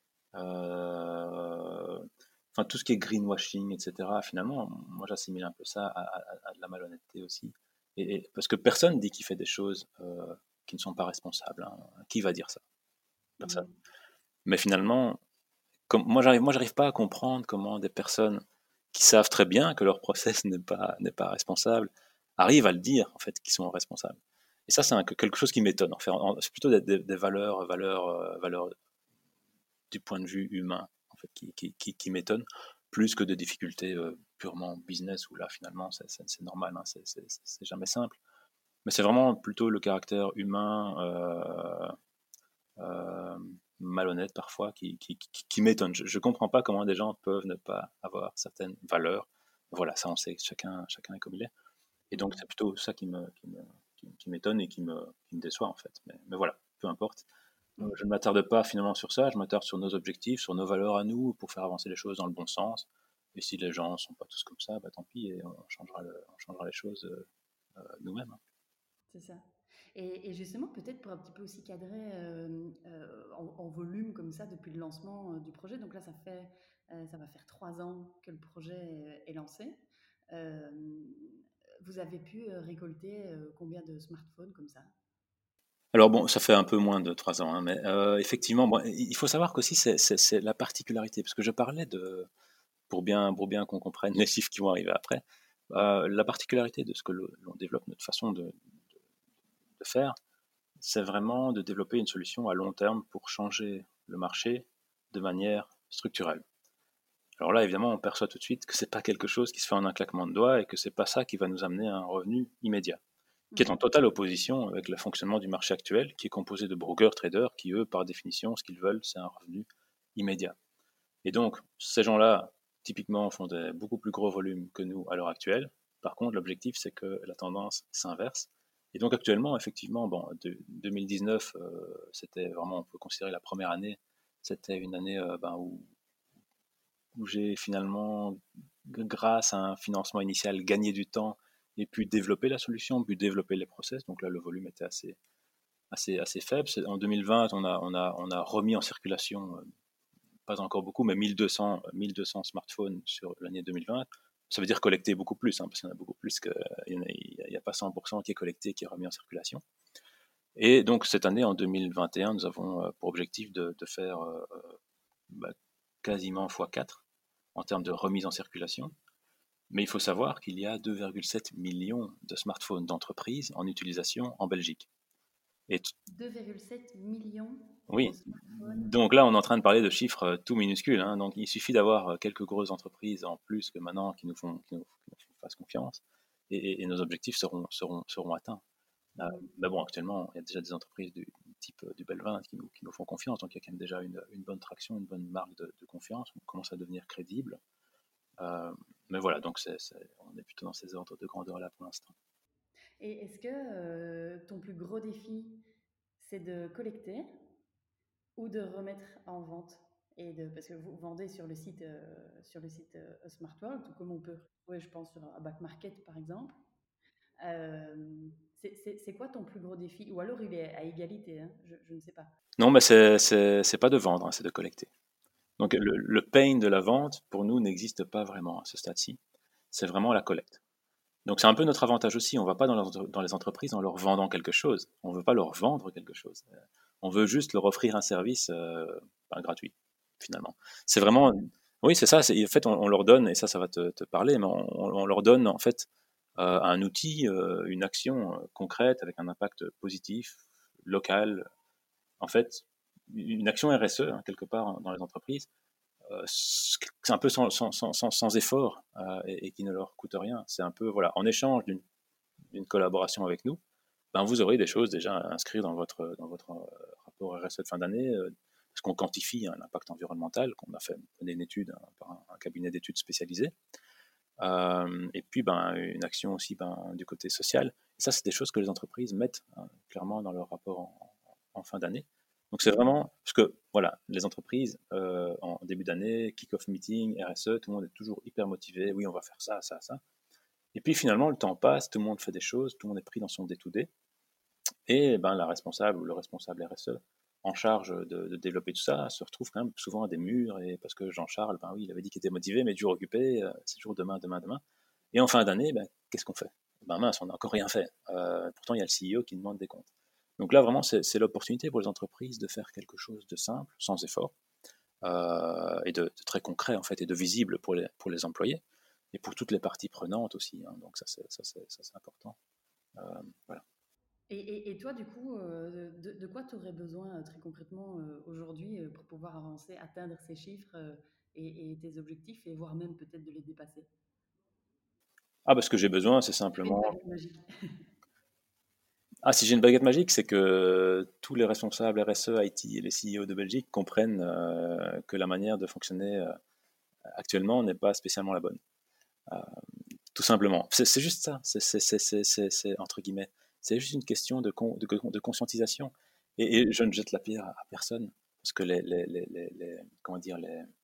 Enfin, tout ce qui est greenwashing, etc. Finalement, moi j'assimile un peu ça à de la malhonnêteté aussi. Parce que personne dit qu'il fait des choses qui ne sont pas responsables, hein. Qui va dire ça? Personne. Mhm. Mais finalement, moi j'arrive pas à comprendre comment des personnes qui savent très bien que leur process n'est pas responsable arrivent à le dire en fait qu'ils sont responsables. Et ça, c'est quelque chose qui m'étonne. En fait, c'est plutôt des valeurs du point de vue humain en fait, qui m'étonnent, plus que de difficultés purement business où là finalement c'est normal, hein, c'est jamais simple. Mais c'est vraiment plutôt le caractère humain euh, malhonnête parfois qui m'étonne. Je comprends pas comment des gens peuvent ne pas avoir certaines valeurs. Voilà, ça on sait, chacun est comme il est. Et donc c'est Mhm. plutôt ça qui m'étonne et qui me déçoit en fait. Mais voilà, peu importe. Je ne m'attarde pas finalement sur ça, je m'attarde sur nos objectifs, sur nos valeurs à nous, pour faire avancer les choses dans le bon sens. Et si les gens ne sont pas tous comme ça, bah tant pis, et on changera les choses nous-mêmes, hein. C'est ça. Et justement, peut-être pour un petit peu aussi cadrer en volume comme ça depuis le lancement du projet. Donc là, ça va faire 3 ans que le projet est lancé. Euh, Vous avez pu récolter combien de smartphones comme ça? Alors bon, ça fait un peu moins de 3 ans, hein, mais effectivement, bon, il faut savoir qu'aussi c'est la particularité, parce que je parlais de, pour bien qu'on comprenne les chiffres qui vont arriver après, la particularité de ce que l'on développe, notre façon de faire, c'est vraiment de développer une solution à long terme pour changer le marché de manière structurelle. Alors là, évidemment, on perçoit tout de suite que c'est pas quelque chose qui se fait en un claquement de doigts et que c'est pas ça qui va nous amener à un revenu immédiat, qui est en Mhm. totale opposition avec le fonctionnement du marché actuel, qui est composé de brokers, traders, qui eux, par définition, ce qu'ils veulent, c'est un revenu immédiat. Et donc, ces gens-là, typiquement, font des beaucoup plus gros volumes que nous à l'heure actuelle. Par contre, l'objectif, c'est que la tendance s'inverse. Et donc, actuellement, effectivement, bon, 2019, c'était vraiment, on peut considérer la première année, c'était une année où j'ai finalement, grâce à un financement initial, gagné du temps et pu développer la solution, pu développer les process. Donc là, le volume était assez faible. En 2020, on a remis en circulation pas encore beaucoup, mais 1200 smartphones sur l'année 2020. Ça veut dire collecter beaucoup plus, hein, parce qu'il y en a beaucoup plus il n'y a pas 100% qui est collecté, qui est remis en circulation. Et donc cette année, en 2021, nous avons pour objectif de faire bah, quasiment x4 en termes de remise en circulation. Mais il faut savoir qu'il y a 2,7 millions de smartphones d'entreprises en utilisation en Belgique. Et 2,7 millions de oui, smartphones. donc là, on est en train de parler de chiffres tout minuscules, hein. Donc il suffit d'avoir quelques grosses entreprises en plus que maintenant qui nous fassent confiance, et nos objectifs seront atteints. Mais bon, actuellement, il y a déjà des entreprises du type du Belvin qui nous font confiance, donc il y a quand même déjà une bonne traction, une bonne marque de confiance. On commence à devenir crédible. Mais voilà, donc on est plutôt dans ces ordres de grandeur-là pour l'instant. Et est-ce que ton plus gros défi, c'est de collecter ou de remettre en vente parce que vous vendez sur le site Smart World, tout comme on peut retrouver, je pense, sur un back market par exemple. C'est quoi ton plus gros défi? Ou alors il est à égalité, hein, je ne sais pas. Non, mais c'est pas de vendre, hein, c'est de collecter. Donc le pain de la vente, pour nous, n'existe pas vraiment à ce stade-ci. C'est vraiment la collecte. Donc c'est un peu notre avantage aussi. On ne va pas dans les entreprises en leur vendant quelque chose. On ne veut pas leur vendre quelque chose. On veut juste leur offrir un service gratuit, finalement. C'est vraiment... Oui, c'est ça. En fait, on leur donne, et ça va te parler, mais on leur donne en fait un outil, une action concrète avec un impact positif, local. En fait, une action RSE, hein, quelque part dans les entreprises, c'est un peu sans effort et qui ne leur coûte rien. C'est un peu, voilà, en échange d'une collaboration avec nous, ben vous aurez des choses déjà à inscrire dans votre rapport RSE de fin d'année, parce qu'on quantifie hein, l'impact environnemental, qu'on a fait une étude hein, par un cabinet d'études spécialisé, et puis ben, une action aussi du côté social. Et ça, c'est des choses que les entreprises mettent hein, clairement dans leur rapport en fin d'année. Donc c'est vraiment, parce que voilà, les entreprises, en début d'année, kick-off meeting, RSE, tout le monde est toujours hyper motivé, oui, on va faire ça, ça, ça. Et puis finalement, le temps passe, tout le monde fait des choses, tout le monde est pris dans son day-to-day, et ben, la responsable ou le responsable RSE en charge de développer tout ça se retrouve quand même souvent à des murs, et parce que Jean-Charles, ben oui, il avait dit qu'il était motivé, mais toujours occupé, c'est toujours demain, demain, demain. Et en fin d'année, ben, qu'est-ce qu'on fait? Ben mince, on n'a encore rien fait. Pourtant, il y a le CEO qui demande des comptes. Donc là, vraiment, c'est l'opportunité pour les entreprises de faire quelque chose de simple, sans effort, et de très concret, en fait, et de visible pour les employés, et pour toutes les parties prenantes aussi. Hein. Donc ça, c'est important. Voilà. Et toi, du coup, de quoi tu aurais besoin très concrètement aujourd'hui pour pouvoir avancer, atteindre ces chiffres et tes objectifs et voire même peut-être de les dépasser? Ah, bah, ce que j'ai besoin, c'est Tu une simplement... baguette magique. Ah, si j'ai une baguette magique, c'est que tous les responsables RSE, IT et les CEO de Belgique comprennent que la manière de fonctionner actuellement n'est pas spécialement la bonne. Euh, Tout simplement. C'est juste ça. C'est, entre guillemets. C'est juste une question de conscientisation. Et je ne jette la pierre à personne. Parce que comment dire,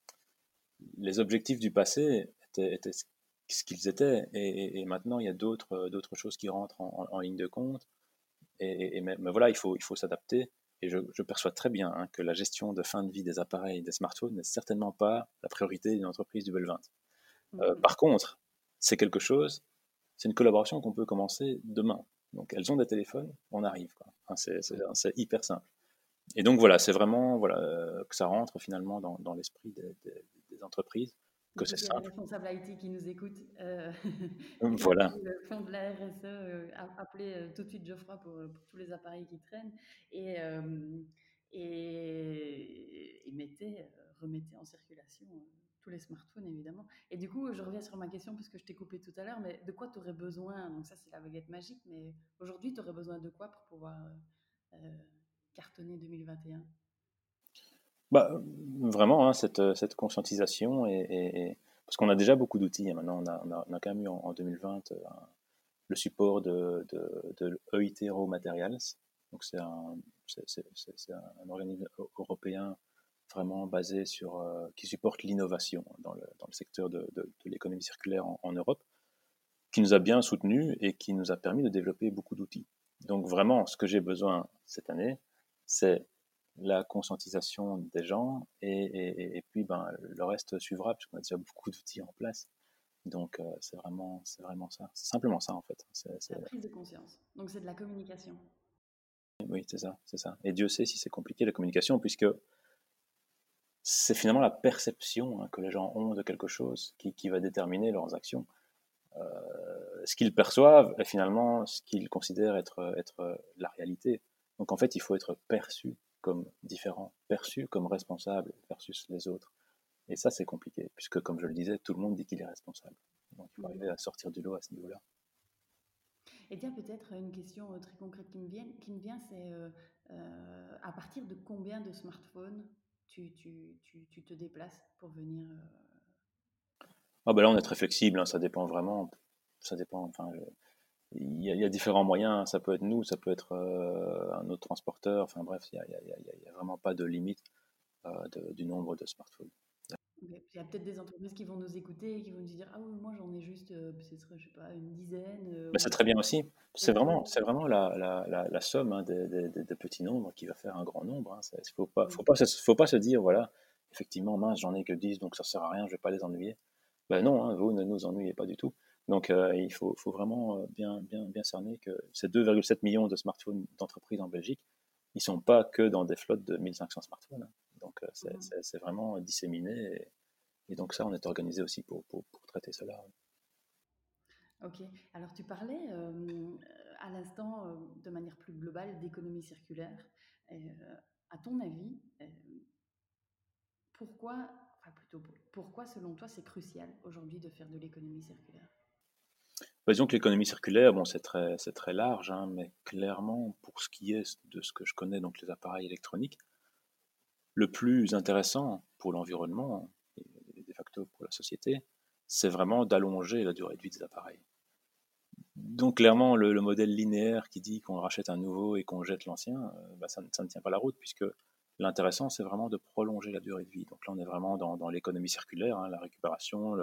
les objectifs du passé étaient ce qu'ils étaient. Et maintenant, il y a d'autres choses qui rentrent en ligne de compte. Mais voilà, il faut s'adapter. Et je perçois très bien hein, que la gestion de fin de vie des appareils, des smartphones, n'est certainement pas la priorité d'une entreprise du Belvin. Par contre, c'est quelque chose, c'est une collaboration qu'on peut commencer demain. Donc elles ont des téléphones, on arrive. Quoi. Hein, c'est hyper simple. Et donc voilà, c'est vraiment voilà, que ça rentre finalement dans l'esprit des entreprises, que Du coup, c'est s'il y a des simple. responsables IT qui nous écoutent et Voilà. qui font de la RSE, appelez tout de suite Geoffroy pour tous les appareils qui traînent et, euh, et remettez en circulation tous les smartphones, évidemment. Et du coup, je reviens sur ma question parce que je t'ai coupé tout à l'heure, mais de quoi tu aurais besoin? Donc ça, c'est la baguette magique, mais aujourd'hui, tu aurais besoin de quoi pour pouvoir cartonner 2021? Bah, vraiment, hein, cette conscientisation, parce qu'on a déjà beaucoup d'outils. Hein, maintenant, on a quand même eu en 2020 le support de EIT Raw Materials. Donc, c'est un organisme européen vraiment basé qui supporte l'innovation dans le secteur de l'économie circulaire en Europe, qui nous a bien soutenus et qui nous a permis de développer beaucoup d'outils. Donc, vraiment, ce que j'ai besoin cette année, c'est la conscientisation des gens, et puis le reste suivra, puisqu'on a déjà beaucoup d'outils en place. Donc c'est vraiment ça. C'est simplement ça en fait. La prise de conscience. Donc c'est de la communication. Oui, c'est ça, c'est ça. Et Dieu sait si c'est compliqué la communication, puisque c'est finalement la perception que les gens ont de quelque chose qui va déterminer leurs actions. Ce qu'ils perçoivent est finalement ce qu'ils considèrent être la réalité. Donc en fait, il faut être perçu comme différent, perçu comme responsable versus les autres. Et ça, c'est compliqué, puisque comme je le disais, tout le monde dit qu'il est responsable. Donc il faut arriver à sortir du lot à ce niveau-là. Et tiens, peut-être une question très concrète qui me vient, c'est à partir de combien de smartphones tu te déplaces pour venir Ah ben là, on est très flexible, hein, ça dépend vraiment. Ça dépend. Enfin, il y a différents moyens. Ça peut être nous, ça peut être un autre transporteur. Enfin bref, il y a vraiment pas de limite du nombre de smartphones. il y a peut-être des entreprises qui vont nous écouter et qui vont nous dire: ah oui, moi j'en ai juste peut-être, je sais pas, une dizaine Mais c'est très bien aussi. ouais. C'est vraiment la somme des petits nombres qui va faire un grand nombre. Hein. Il Oui. faut pas se dire, voilà, effectivement, mince, j'en ai que 10, donc ça sert à rien, je vais pas les ennuyer. Ben non, hein, vous ne nous ennuyez pas du tout. Donc il faut vraiment bien cerner que ces 2,7 millions de smartphones d'entreprises en Belgique, ils sont pas que dans des flottes de 1500 smartphones. Hein. Donc Mhm. c'est vraiment disséminé. Et donc ça, on est organisé aussi pour traiter cela. Ok. Alors tu parlais à l'instant, de manière plus globale, d'économie circulaire. À ton avis, pourquoi, enfin plutôt, pourquoi selon toi c'est crucial aujourd'hui de faire de l'économie circulaire? Bah, disons que l'économie circulaire, bon, c'est très large, hein, mais clairement, pour ce qui est de ce que je connais, donc les appareils électroniques, le plus intéressant pour l'environnement et de facto pour la société, c'est vraiment d'allonger la durée de vie des appareils. Donc clairement, le modèle linéaire qui dit qu'on rachète un nouveau et qu'on jette l'ancien, ça ne tient pas la route, puisque l'intéressant, c'est vraiment de prolonger la durée de vie. Donc là, on est vraiment dans l'économie circulaire, hein, la récupération,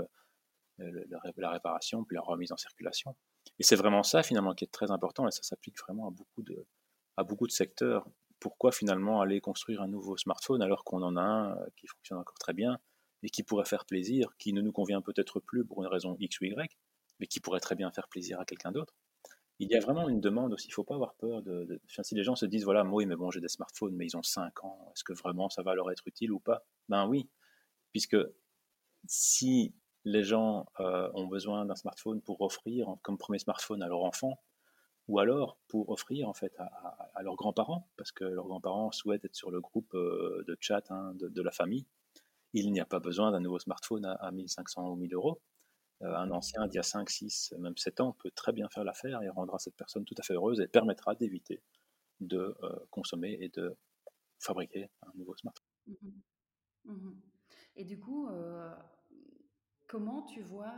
la réparation, puis la remise en circulation. Et c'est vraiment ça finalement qui est très important, et ça s'applique vraiment à beaucoup de secteurs. Pourquoi finalement aller construire un nouveau smartphone alors qu'on en a un qui fonctionne encore très bien et qui pourrait faire plaisir, qui ne nous convient peut-être plus pour une raison X ou Y, mais qui pourrait très bien faire plaisir à quelqu'un d'autre. Il y a vraiment une demande aussi, il ne faut pas avoir peur enfin, si les gens se disent, voilà, oui, mais bon, j'ai des smartphones, mais ils ont 5 ans, est-ce que vraiment ça va leur être utile ou pas? Ben oui, puisque si les gens ont besoin d'un smartphone pour offrir comme premier smartphone à leur enfant, ou alors pour offrir en fait à leurs grands-parents, parce que leurs grands-parents souhaitent être sur le groupe de chat hein, de la famille, il n'y a pas besoin d'un nouveau smartphone à 1500 ou 1000 euros. Un ancien d'il y a 5, 6, même 7 ans peut très bien faire l'affaire et rendra cette personne tout à fait heureuse et permettra d'éviter de consommer et de fabriquer un nouveau smartphone. Mhm. Mhm. Et du coup, comment tu vois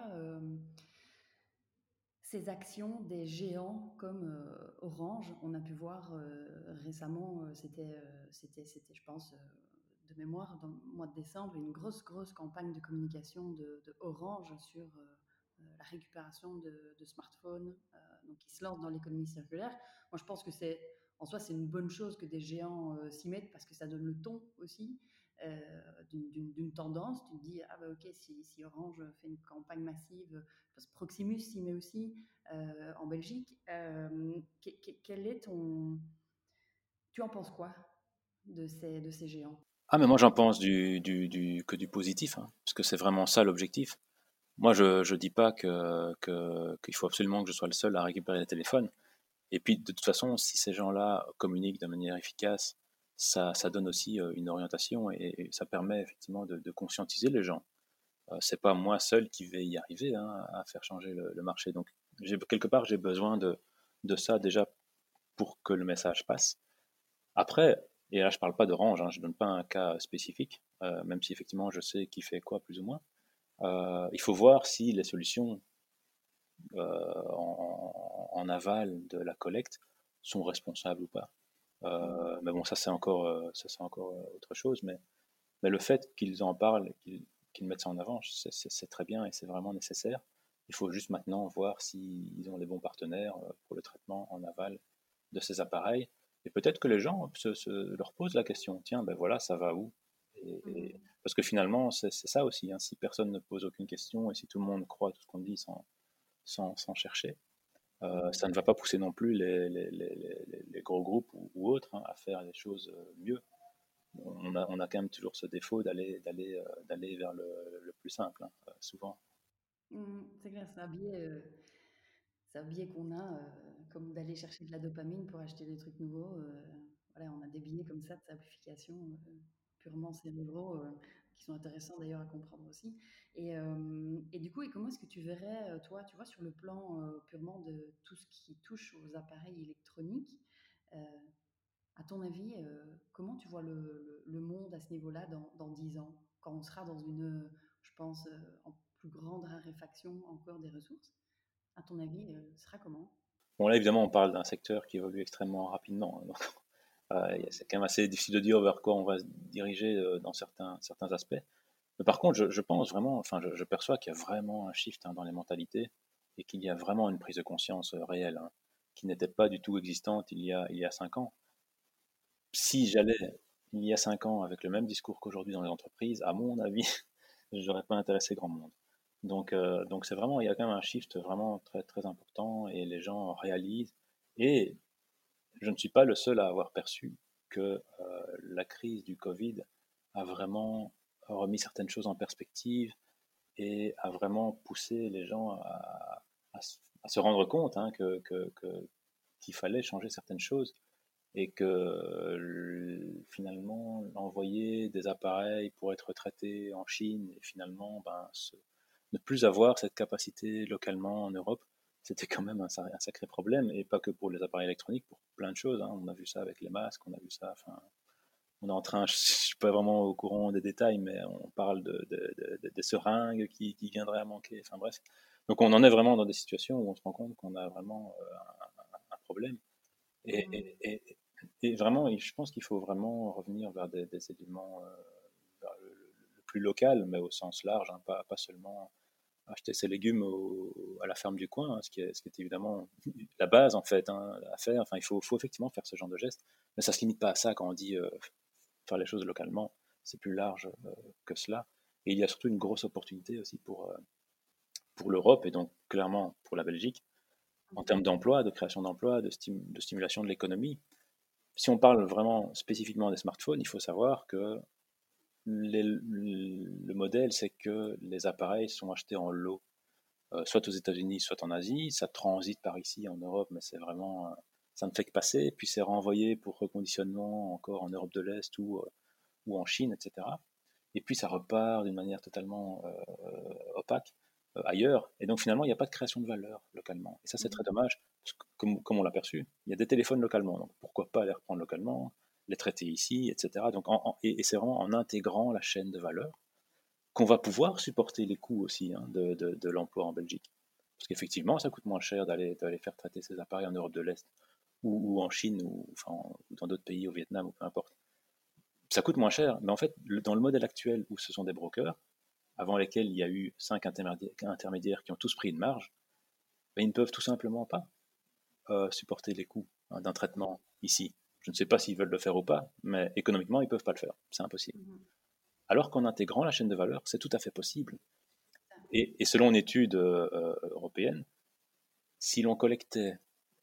ces actions des géants comme Orange? On a pu voir récemment, c'était, je pense, de mémoire, dans le mois de décembre, une grosse campagne de communication de Orange sur la récupération de smartphones, donc qui se lance dans l'économie circulaire. Moi, je pense que en soi, c'est une bonne chose que des géants s'y mettent parce que ça donne le ton aussi d'une tendance. Tu te dis, ah bah ok, si Orange fait une campagne massive, parce que Proximus s'y met aussi en Belgique, quel est ton... Tu en penses quoi de ces géants? Ah, mais moi j'en pense que du positif, hein, parce que c'est vraiment ça l'objectif. Moi je dis pas qu'il faut absolument que je sois le seul à récupérer les téléphones. Et puis de toute façon, si ces gens-là communiquent de manière efficace, ça donne aussi une orientation et ça permet effectivement de conscientiser les gens. C'est pas moi seul qui vais y arriver hein, à faire changer le marché. Donc quelque part j'ai besoin de ça déjà pour que le message passe. Après, et là je parle pas d'Orange, hein, je donne pas un cas spécifique, même si effectivement je sais qui fait quoi plus ou moins. Il faut voir si les solutions en aval de la collecte sont responsables ou pas. Mhm. Mais bon, ça c'est encore autre chose. Mais le fait qu'ils en parlent, qu'ils mettent ça en avant, c'est très bien et c'est vraiment nécessaire. Il faut juste maintenant voir s'ils ont les bons partenaires pour le traitement en aval de ces appareils. Et peut-être que les gens leur posent la question, tiens, ben voilà, ça va où? Parce que finalement, c'est ça aussi, hein, si personne ne pose aucune question et si tout le monde croit tout ce qu'on dit sans chercher, ça ne va pas pousser non plus les gros groupes ou autres, hein, à faire les choses mieux. On a quand même toujours ce défaut d'aller vers le plus simple, hein, souvent. C'est clair, c'est un biais qu'on a, comme d'aller chercher de la dopamine pour acheter des trucs nouveaux. Voilà, on a des biais comme ça de simplification purement cérébraux qui sont intéressants d'ailleurs à comprendre aussi. Et du coup, et comment est-ce que tu verrais, toi, tu vois, sur le plan purement de tout ce qui touche aux appareils électroniques, euh, à ton avis, comment tu vois le monde à ce niveau-là dans 10 ans, quand on sera dans une, je pense, en plus grande raréfaction encore des ressources? À ton avis, ce sera comment? Bon, là, évidemment, on parle d'un secteur qui évolue extrêmement rapidement, hein, donc c'est quand même assez difficile de dire vers quoi on va se diriger dans certains aspects. Mais par contre, je pense vraiment, enfin, je perçois qu'il y a vraiment un shift, hein, dans les mentalités et qu'il y a vraiment une prise de conscience réelle, hein, qui n'était pas du tout existante il y a 5 ans. Si j'allais il y a 5 ans avec le même discours qu'aujourd'hui dans les entreprises, à mon avis, je n'aurais pas intéressé grand monde. Donc c'est vraiment, il y a quand même un shift vraiment très, très important et les gens réalisent. Et je ne suis pas le seul à avoir perçu que la crise du Covid a vraiment remis certaines choses en perspective et a vraiment poussé les gens à se rendre compte, hein, qu'il fallait changer certaines choses et que finalement envoyer des appareils pour être traités en Chine et finalement ne plus avoir cette capacité localement en Europe, c'était quand même un sacré problème et pas que pour les appareils électroniques, pour plein de choses, hein. On a vu ça avec les masques, on a vu ça, enfin, on est en train, je suis pas vraiment au courant des détails, mais on parle des seringues qui viendraient à manquer, enfin bref. Donc on en est vraiment dans des situations où on se rend compte qu'on a vraiment un problème. Et, Mhm. et, et, et vraiment, je pense qu'il faut vraiment revenir vers des éléments, vers le plus local, mais au sens large, hein, pas seulement acheter ses légumes à la ferme du coin, hein, ce qui est évidemment la base en fait, hein, à faire. Enfin, il faut effectivement faire ce genre de geste, mais ça se limite pas à ça quand on dit faire les choses localement. C'est plus large que cela. Et il y a surtout une grosse opportunité aussi pour l'Europe et donc clairement pour la Belgique en termes d'emploi, de création d'emplois, de stimulation de l'économie. Si on parle vraiment spécifiquement des smartphones, il faut savoir que le modèle, c'est que les appareils sont achetés en lot, soit aux États-Unis, soit en Asie. Ça transite par ici en Europe, mais c'est vraiment, ça ne fait que passer. Puis c'est renvoyé pour reconditionnement encore en Europe de l'Est ou en Chine, etc. Et puis ça repart d'une manière totalement opaque ailleurs. Et donc finalement, il n'y a pas de création de valeur localement. Et ça, c'est très Mhm. dommage, parce que, comme on l'a perçu, il y a des téléphones localement. Donc pourquoi pas les reprendre localement, les traiter ici, etc. Donc, et c'est vraiment en intégrant la chaîne de valeur qu'on va pouvoir supporter les coûts aussi, hein, de l'emploi en Belgique. Parce qu'effectivement, ça coûte moins cher d'aller faire traiter ces appareils en Europe de l'Est ou en Chine enfin, ou dans d'autres pays, au Vietnam ou peu importe. Ça coûte moins cher, mais en fait, dans le modèle actuel où ce sont des brokers, avant lesquels il y a eu 5 intermédiaires qui ont tous pris une marge, ben, ils ne peuvent tout simplement pas supporter les coûts, hein, d'un traitement ici. Je ne sais pas s'ils veulent le faire ou pas, mais économiquement, ils ne peuvent pas le faire. C'est impossible. Mhm. Alors qu'en intégrant la chaîne de valeur, c'est tout à fait possible. Et selon une étude européenne, si l'on collectait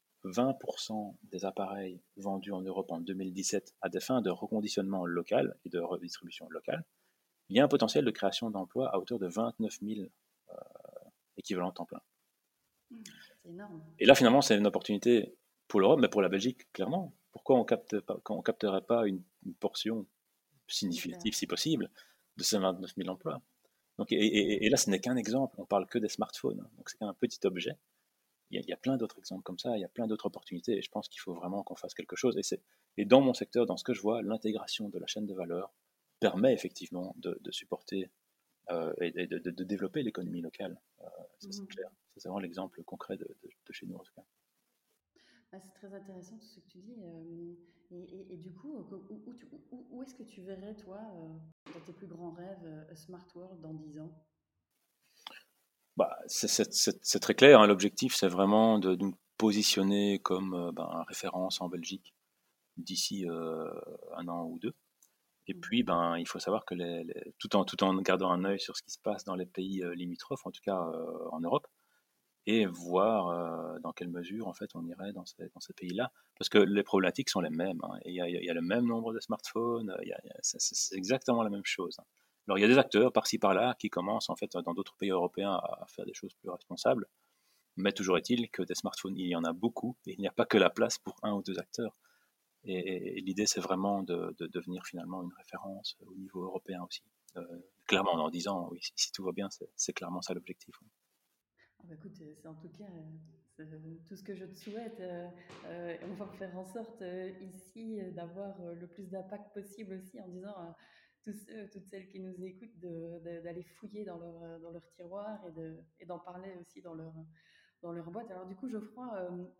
20% des appareils vendus en Europe en 2017 à des fins de reconditionnement local et de redistribution locale, il y a un potentiel de création d'emplois à hauteur de 29 000 équivalents temps plein. C'est énorme. Et là, finalement, c'est une opportunité pour l'Europe, mais pour la Belgique, clairement. Pourquoi on capterait pas une portion C'est clair. significative, si possible, de ces 29 000 emplois? Donc, Mm. et là, ce n'est qu'un exemple. On parle que des smartphones. Donc, c'est qu'un petit objet. Il y a plein d'autres exemples comme ça. Il y a plein d'autres opportunités. Et je pense qu'il faut vraiment qu'on fasse quelque chose. Et dans mon secteur, dans ce que je vois, l'intégration de la chaîne de valeur permet effectivement de supporter et de développer l'économie locale. Ça, c'est Mhm. clair. Ça, c'est vraiment l'exemple concret de chez nous, en tout cas. Ah, c'est très intéressant tout ce que tu dis. Et du coup, où est-ce que tu verrais, toi, dans tes plus grands rêves, a Smart World dans 10 ans? Bah, c'est très clair, hein. L'objectif, c'est vraiment de nous positionner comme référence en Belgique d'ici un an ou deux. Et puis, il faut savoir que tout en gardant un œil sur ce qui se passe dans les pays limitrophes, en tout cas en Europe, et voir dans quelle mesure en fait on irait dans ces pays-là, parce que les problématiques sont les mêmes. Hein. Il y a le même nombre de smartphones, c'est exactement la même chose. Hein. Alors il y a des acteurs par-ci par-là qui commencent en fait dans d'autres pays européens à faire des choses plus responsables, mais toujours est-il que des smartphones il y en a beaucoup et il n'y a pas que la place pour un ou deux acteurs. Et l'idée c'est vraiment de devenir finalement une référence au niveau européen aussi. Clairement dans 10 ans, oui, si tout va bien, c'est clairement ça l'objectif. Oui. Ah bah écoute, c'est en tout cas tout ce que je te souhaite. On va faire en sorte ici d'avoir le plus d'impact possible aussi en disant à tous ceux, toutes celles qui nous écoutent d'aller fouiller dans leur tiroir et d'en parler aussi dans leur boîte. Alors du coup, Geoffroy,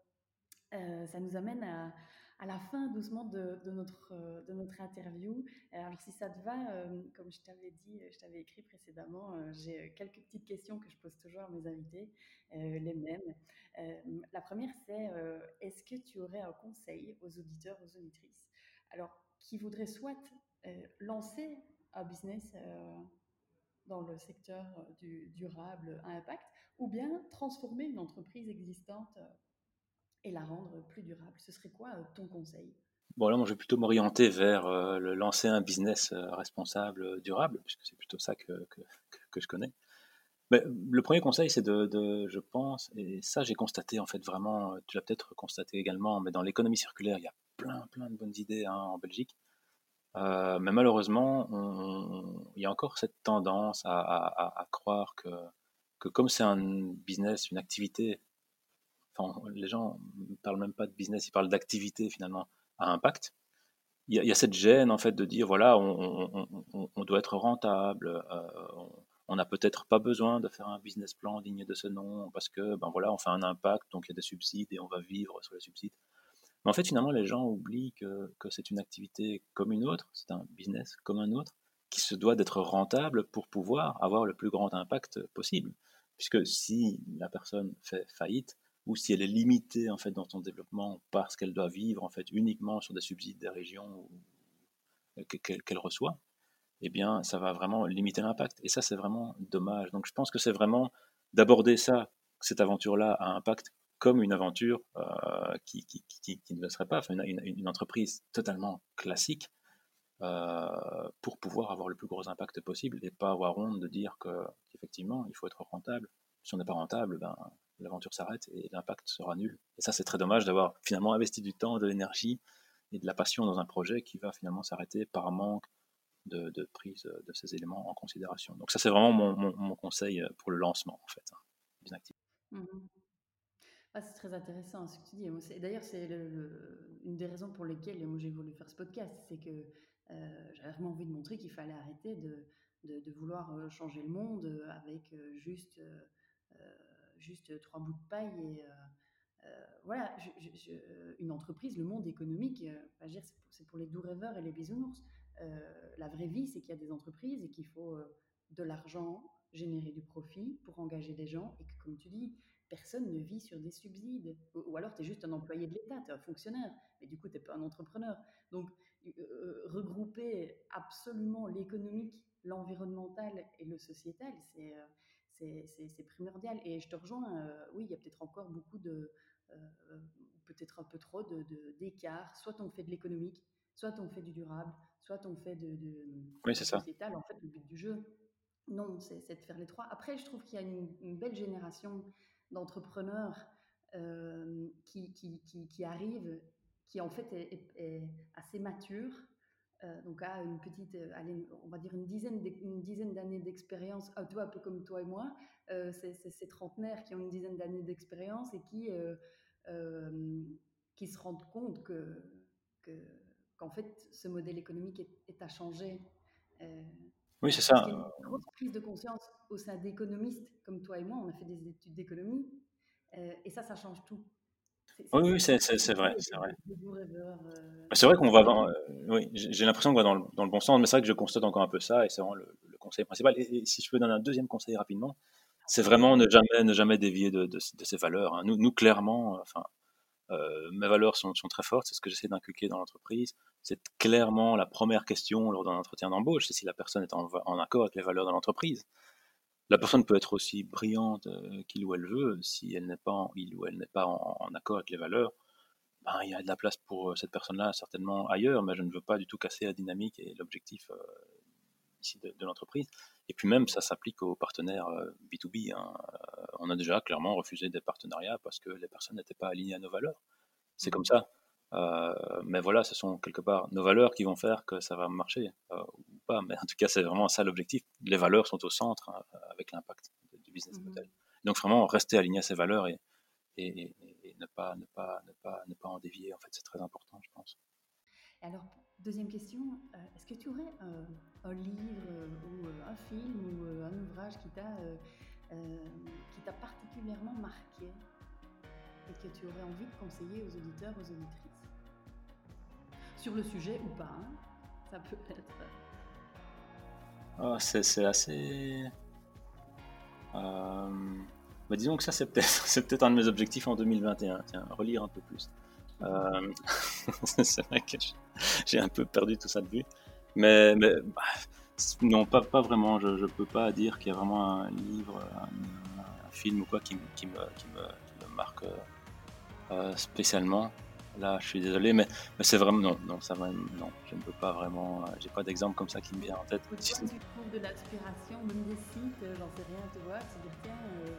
ça nous amène à la fin doucement de notre interview. Alors si ça te va, comme je t'avais dit, je t'avais écrit précédemment, j'ai quelques petites questions que je pose toujours à mes invités, les mêmes. La première, c'est est-ce que tu aurais un conseil aux auditeurs, aux auditrices, alors qui voudraient soit lancer un business dans le secteur du durable à impact, ou bien transformer une entreprise existante et la rendre plus durable. Ce serait quoi ton conseil? Bon, là, moi, je vais plutôt m'orienter vers le lancer un business responsable, durable, puisque c'est plutôt ça que je connais. Mais le premier conseil, c'est je pense, et ça, j'ai constaté, en fait, vraiment, tu l'as peut-être constaté également, mais dans l'économie circulaire, il y a plein de bonnes idées hein, en Belgique. Mais malheureusement, il y a encore cette tendance à croire que comme c'est un business, une activité, enfin, les gens ne parlent même pas de business, ils parlent d'activité finalement à impact. Il y a cette gêne en fait de dire voilà, on doit être rentable, on n'a peut-être pas besoin de faire un business plan digne de ce nom parce que ben voilà, on fait un impact, donc il y a des subsides et on va vivre sur les subsides. Mais en fait, finalement, les gens oublient que c'est une activité comme une autre, c'est un business comme un autre, qui se doit d'être rentable pour pouvoir avoir le plus grand impact possible. Puisque si la personne fait faillite, ou si elle est limitée en fait dans son développement parce qu'elle doit vivre en fait uniquement sur des subsides des régions qu'elle reçoit, eh bien, ça va vraiment limiter l'impact. Et ça, c'est vraiment dommage. Donc, je pense que c'est vraiment d'aborder ça, cette aventure-là, à impact comme une aventure qui ne le serait pas, enfin, une entreprise totalement classique, pour pouvoir avoir le plus gros impact possible et pas avoir honte de dire qu'effectivement, il faut être rentable. Si on n'est pas rentable, ben, l'aventure s'arrête et l'impact sera nul. Et ça, c'est très dommage d'avoir finalement investi du temps, de l'énergie et de la passion dans un projet qui va finalement s'arrêter par manque de prise de ces éléments en considération. Donc ça, c'est vraiment mon conseil pour le lancement, en fait, hein, d'une activité. Mhm. Ah, c'est très intéressant ce que tu dis. D'ailleurs, c'est une des raisons pour lesquelles moi, j'ai voulu faire ce podcast. C'est que j'avais vraiment envie de montrer qu'il fallait arrêter de vouloir changer le monde avec juste trois bouts de paille et, voilà, une entreprise, le monde économique, c'est pour les doux rêveurs et les bisounours. La vraie vie, c'est qu'il y a des entreprises et qu'il faut de l'argent, générer du profit pour engager des gens et que, comme tu dis, personne ne vit sur des subsides. Ou alors, tu es juste un employé de l'État, tu es un fonctionnaire, mais du coup, tu n'es pas un entrepreneur. Donc, regrouper absolument l'économique, l'environnemental et le sociétal, c'est primordial. Et je te rejoins, oui, il y a peut-être encore beaucoup peut-être un peu trop d'écart. Soit on fait de l'économique, soit on fait du durable, soit on fait Oui, c'est du ça. sociétal. En fait, le but du jeu, non, c'est de faire les trois. Après, je trouve qu'il y a une belle génération d'entrepreneurs qui arrivent, qui en fait est assez mature, donc a une petite, allez, on va dire une dizaine d'années d'expérience, un peu comme toi et moi, ces trentenaires qui ont une dizaine d'années d'expérience et euh, qui se rendent compte que, qu'en fait, ce modèle économique est à changer. Euh, Oui, c'est parce qu'il y ça. a une grosse prise de conscience au sein d'économistes comme toi et moi. On a fait des études d'économie et ça change tout. Oui, oui, C'est plus c'est vrai, des, c'est vrai. des doux rêveurs. C'est vrai qu'on va, Et puis, oui, j'ai l'impression qu'on va dans le bon sens, mais c'est vrai que je constate encore un peu ça, et c'est vraiment le conseil principal. Et si je peux donner un deuxième conseil rapidement, c'est vraiment absolument. ne jamais dévier de ces valeurs. Hein. Nous, clairement, enfin, mes valeurs sont très fortes, c'est ce que j'essaie d'inculquer dans l'entreprise. C'est clairement la première question lors d'un entretien d'embauche, c'est si la personne est en accord avec les valeurs de l'entreprise. La personne peut être aussi brillante qu'il ou elle veut, si il ou elle n'est pas en accord avec les valeurs, ben, il y a de la place pour cette personne-là certainement ailleurs, mais je ne veux pas du tout casser la dynamique et l'objectif ici de l'entreprise. Et puis même, ça s'applique aux partenaires B2B. Hein. On a déjà clairement refusé des partenariats parce que les personnes n'étaient pas alignées à nos valeurs. C'est comme ça. Mais voilà, ce sont quelque part nos valeurs qui vont faire que ça va marcher ou pas. Mais en tout cas, c'est vraiment ça l'objectif. Les valeurs sont au centre avec l'impact du business model. Donc vraiment, rester aligné à ces valeurs et ne pas en dévier. En fait, c'est très important, je pense. Et alors, deuxième question, est-ce que tu aurais un livre ou un film ou un ouvrage qui t'a particulièrement marqué et que tu aurais envie de conseiller aux auditeurs, aux auditrices? Sur le sujet ou pas, hein? Ça peut être... C'est assez... disons que ça, c'est peut-être un de mes objectifs en 2021. Tiens, relire un peu plus. C'est vrai que j'ai un peu perdu tout ça de vue. Mais non, pas vraiment. Je peux pas dire qu'il y a vraiment un livre, un film ou quoi qui me marque spécialement. Là, je suis désolé, mais c'est vraiment non, ça va, non, je ne peux pas vraiment. J'ai pas d'exemple comme ça qui me vient en tête. Toi, tu trouves de l'inspiration, même des sites, j'en sais rien, tu vois, se dire tiens,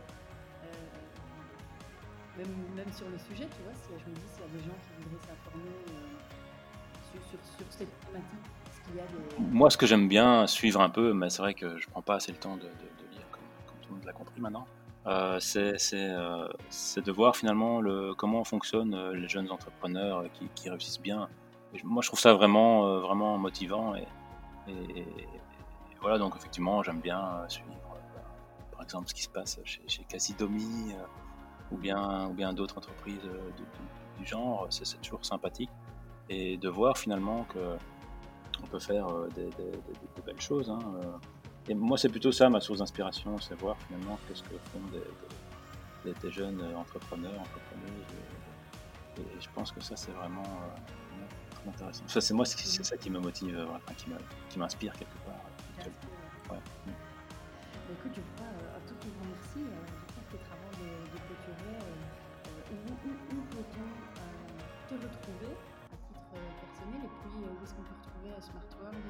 même sur le sujet, tu vois, je me dis s'il y a des gens qui voudraient s'informer sur cette thématique, est-ce qu'il y a des... Moi, ce que j'aime bien suivre un peu, mais c'est vrai que je prends pas assez le temps de lire, comme tout le monde l'a compris maintenant. C'est de voir finalement comment fonctionnent les jeunes entrepreneurs qui réussissent bien. Moi, je trouve ça vraiment motivant et voilà. Donc effectivement, j'aime bien suivre, par exemple, ce qui se passe chez Casidomi ou bien d'autres entreprises du genre. C'est toujours sympathique et de voir finalement que on peut faire des belles choses. Hein. Et moi, c'est plutôt ça ma source d'inspiration, c'est voir finalement qu'est-ce que font des jeunes entrepreneurs, entrepreneuses. Et je pense que ça, c'est vraiment très intéressant. Ça, c'est moi, c'est ça qui me motive, qui m'inspire quelque part. Ouais. Écoute, je crois un tout grand merci. Je crois peut-être avant de clôturer, où peut-on te retrouver à titre personnel et puis où est-ce qu'on peut retrouver Smart World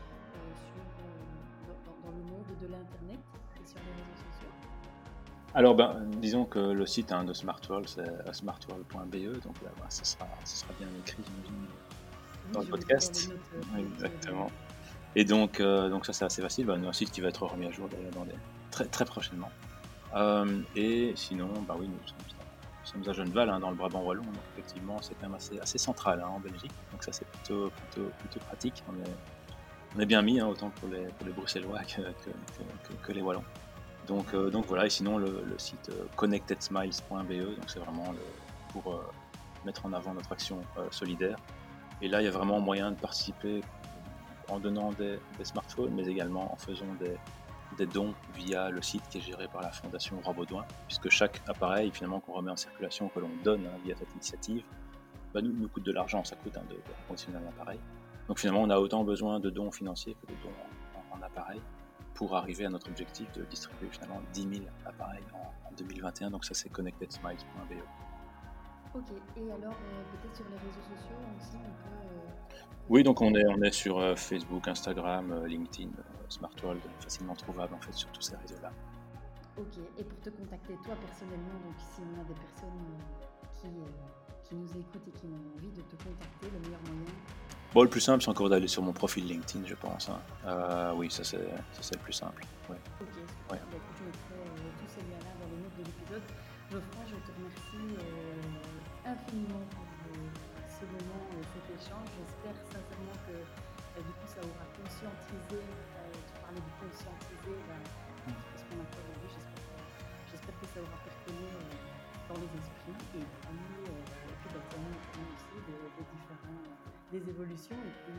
dans le monde de l'Internet et sur les réseaux sociaux? Alors, disons que le site de Smart World, c'est smartworld.be, donc là, ce sera bien écrit, j'imagine, dans le podcast. Exactement. Et donc ça, c'est assez facile. Un site qui va être remis à jour d'ailleurs très, très prochainement. Et sinon, oui, nous sommes à Genneval, dans le Brabant wallon. Donc effectivement, c'est quand même assez central en Belgique. Donc ça, c'est plutôt pratique. On est bien mis, autant pour les Bruxellois que les Wallons. Donc voilà. Et sinon, le site connectedsmiles.be. Donc c'est vraiment pour mettre en avant notre action solidaire. Et là, il y a vraiment moyen de participer en donnant des smartphones, mais également en faisant des dons via le site qui est géré par la Fondation Rabaudouin, puisque chaque appareil finalement qu'on remet en circulation, que l'on donne via cette initiative, nous coûte de l'argent, ça coûte de reconditionner un appareil. Donc finalement, on a autant besoin de dons financiers que de dons en appareils pour arriver à notre objectif de distribuer finalement 10 000 appareils en 2021. Donc ça, c'est connectedsmiles.be. Ok, et alors peut-être sur les réseaux sociaux aussi, on peut... Oui, donc on est sur Facebook, Instagram, LinkedIn, SmartWorld, facilement trouvable en fait sur tous ces réseaux-là. Ok, et pour te contacter toi personnellement, donc si on a des personnes qui nous écoutent et qui ont envie de te contacter, le meilleur moyen? Bon, le plus simple, c'est encore d'aller sur mon profil LinkedIn, je pense. Oui, ça c'est le plus simple. Ouais. Ok, super. Ouais. Écoute, je mettrai tous ces liens-là dans les notes de l'épisode. Geoffroy, je te remercie infiniment pour ce moment, cet échange. J'espère sincèrement que du coup ça aura conscientisé, tu parlais de conscientiser, ce qu'on a fait aujourd'hui, j'espère que ça aura percolé dans les esprits et puis ça nous aussi des évolutions et puis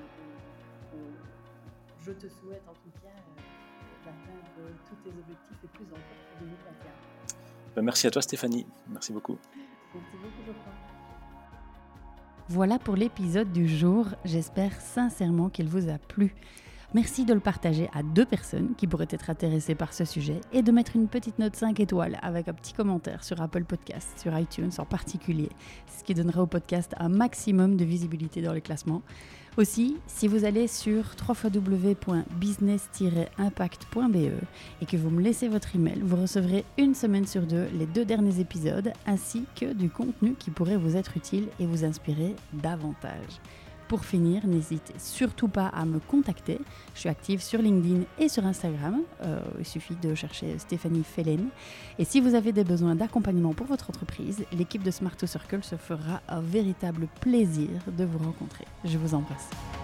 je te souhaite en tout cas d'atteindre tous tes objectifs et plus encore pour 2021. Merci à toi Stéphanie, merci beaucoup. Merci beaucoup, Geoffroy. Voilà pour l'épisode du jour. J'espère sincèrement qu'il vous a plu. Merci de le partager à 2 personnes qui pourraient être intéressées par ce sujet et de mettre une petite note 5 étoiles avec un petit commentaire sur Apple Podcasts, sur iTunes en particulier, ce qui donnera au podcast un maximum de visibilité dans les classements. Aussi, si vous allez sur www.business-impact.be et que vous me laissez votre email, vous recevrez une semaine sur 2 les 2 derniers épisodes ainsi que du contenu qui pourrait vous être utile et vous inspirer davantage. Pour finir, n'hésitez surtout pas à me contacter. Je suis active sur LinkedIn et sur Instagram. Il suffit de chercher Stéphanie Fellen. Et si vous avez des besoins d'accompagnement pour votre entreprise, l'équipe de Smart2Circle se fera un véritable plaisir de vous rencontrer. Je vous embrasse.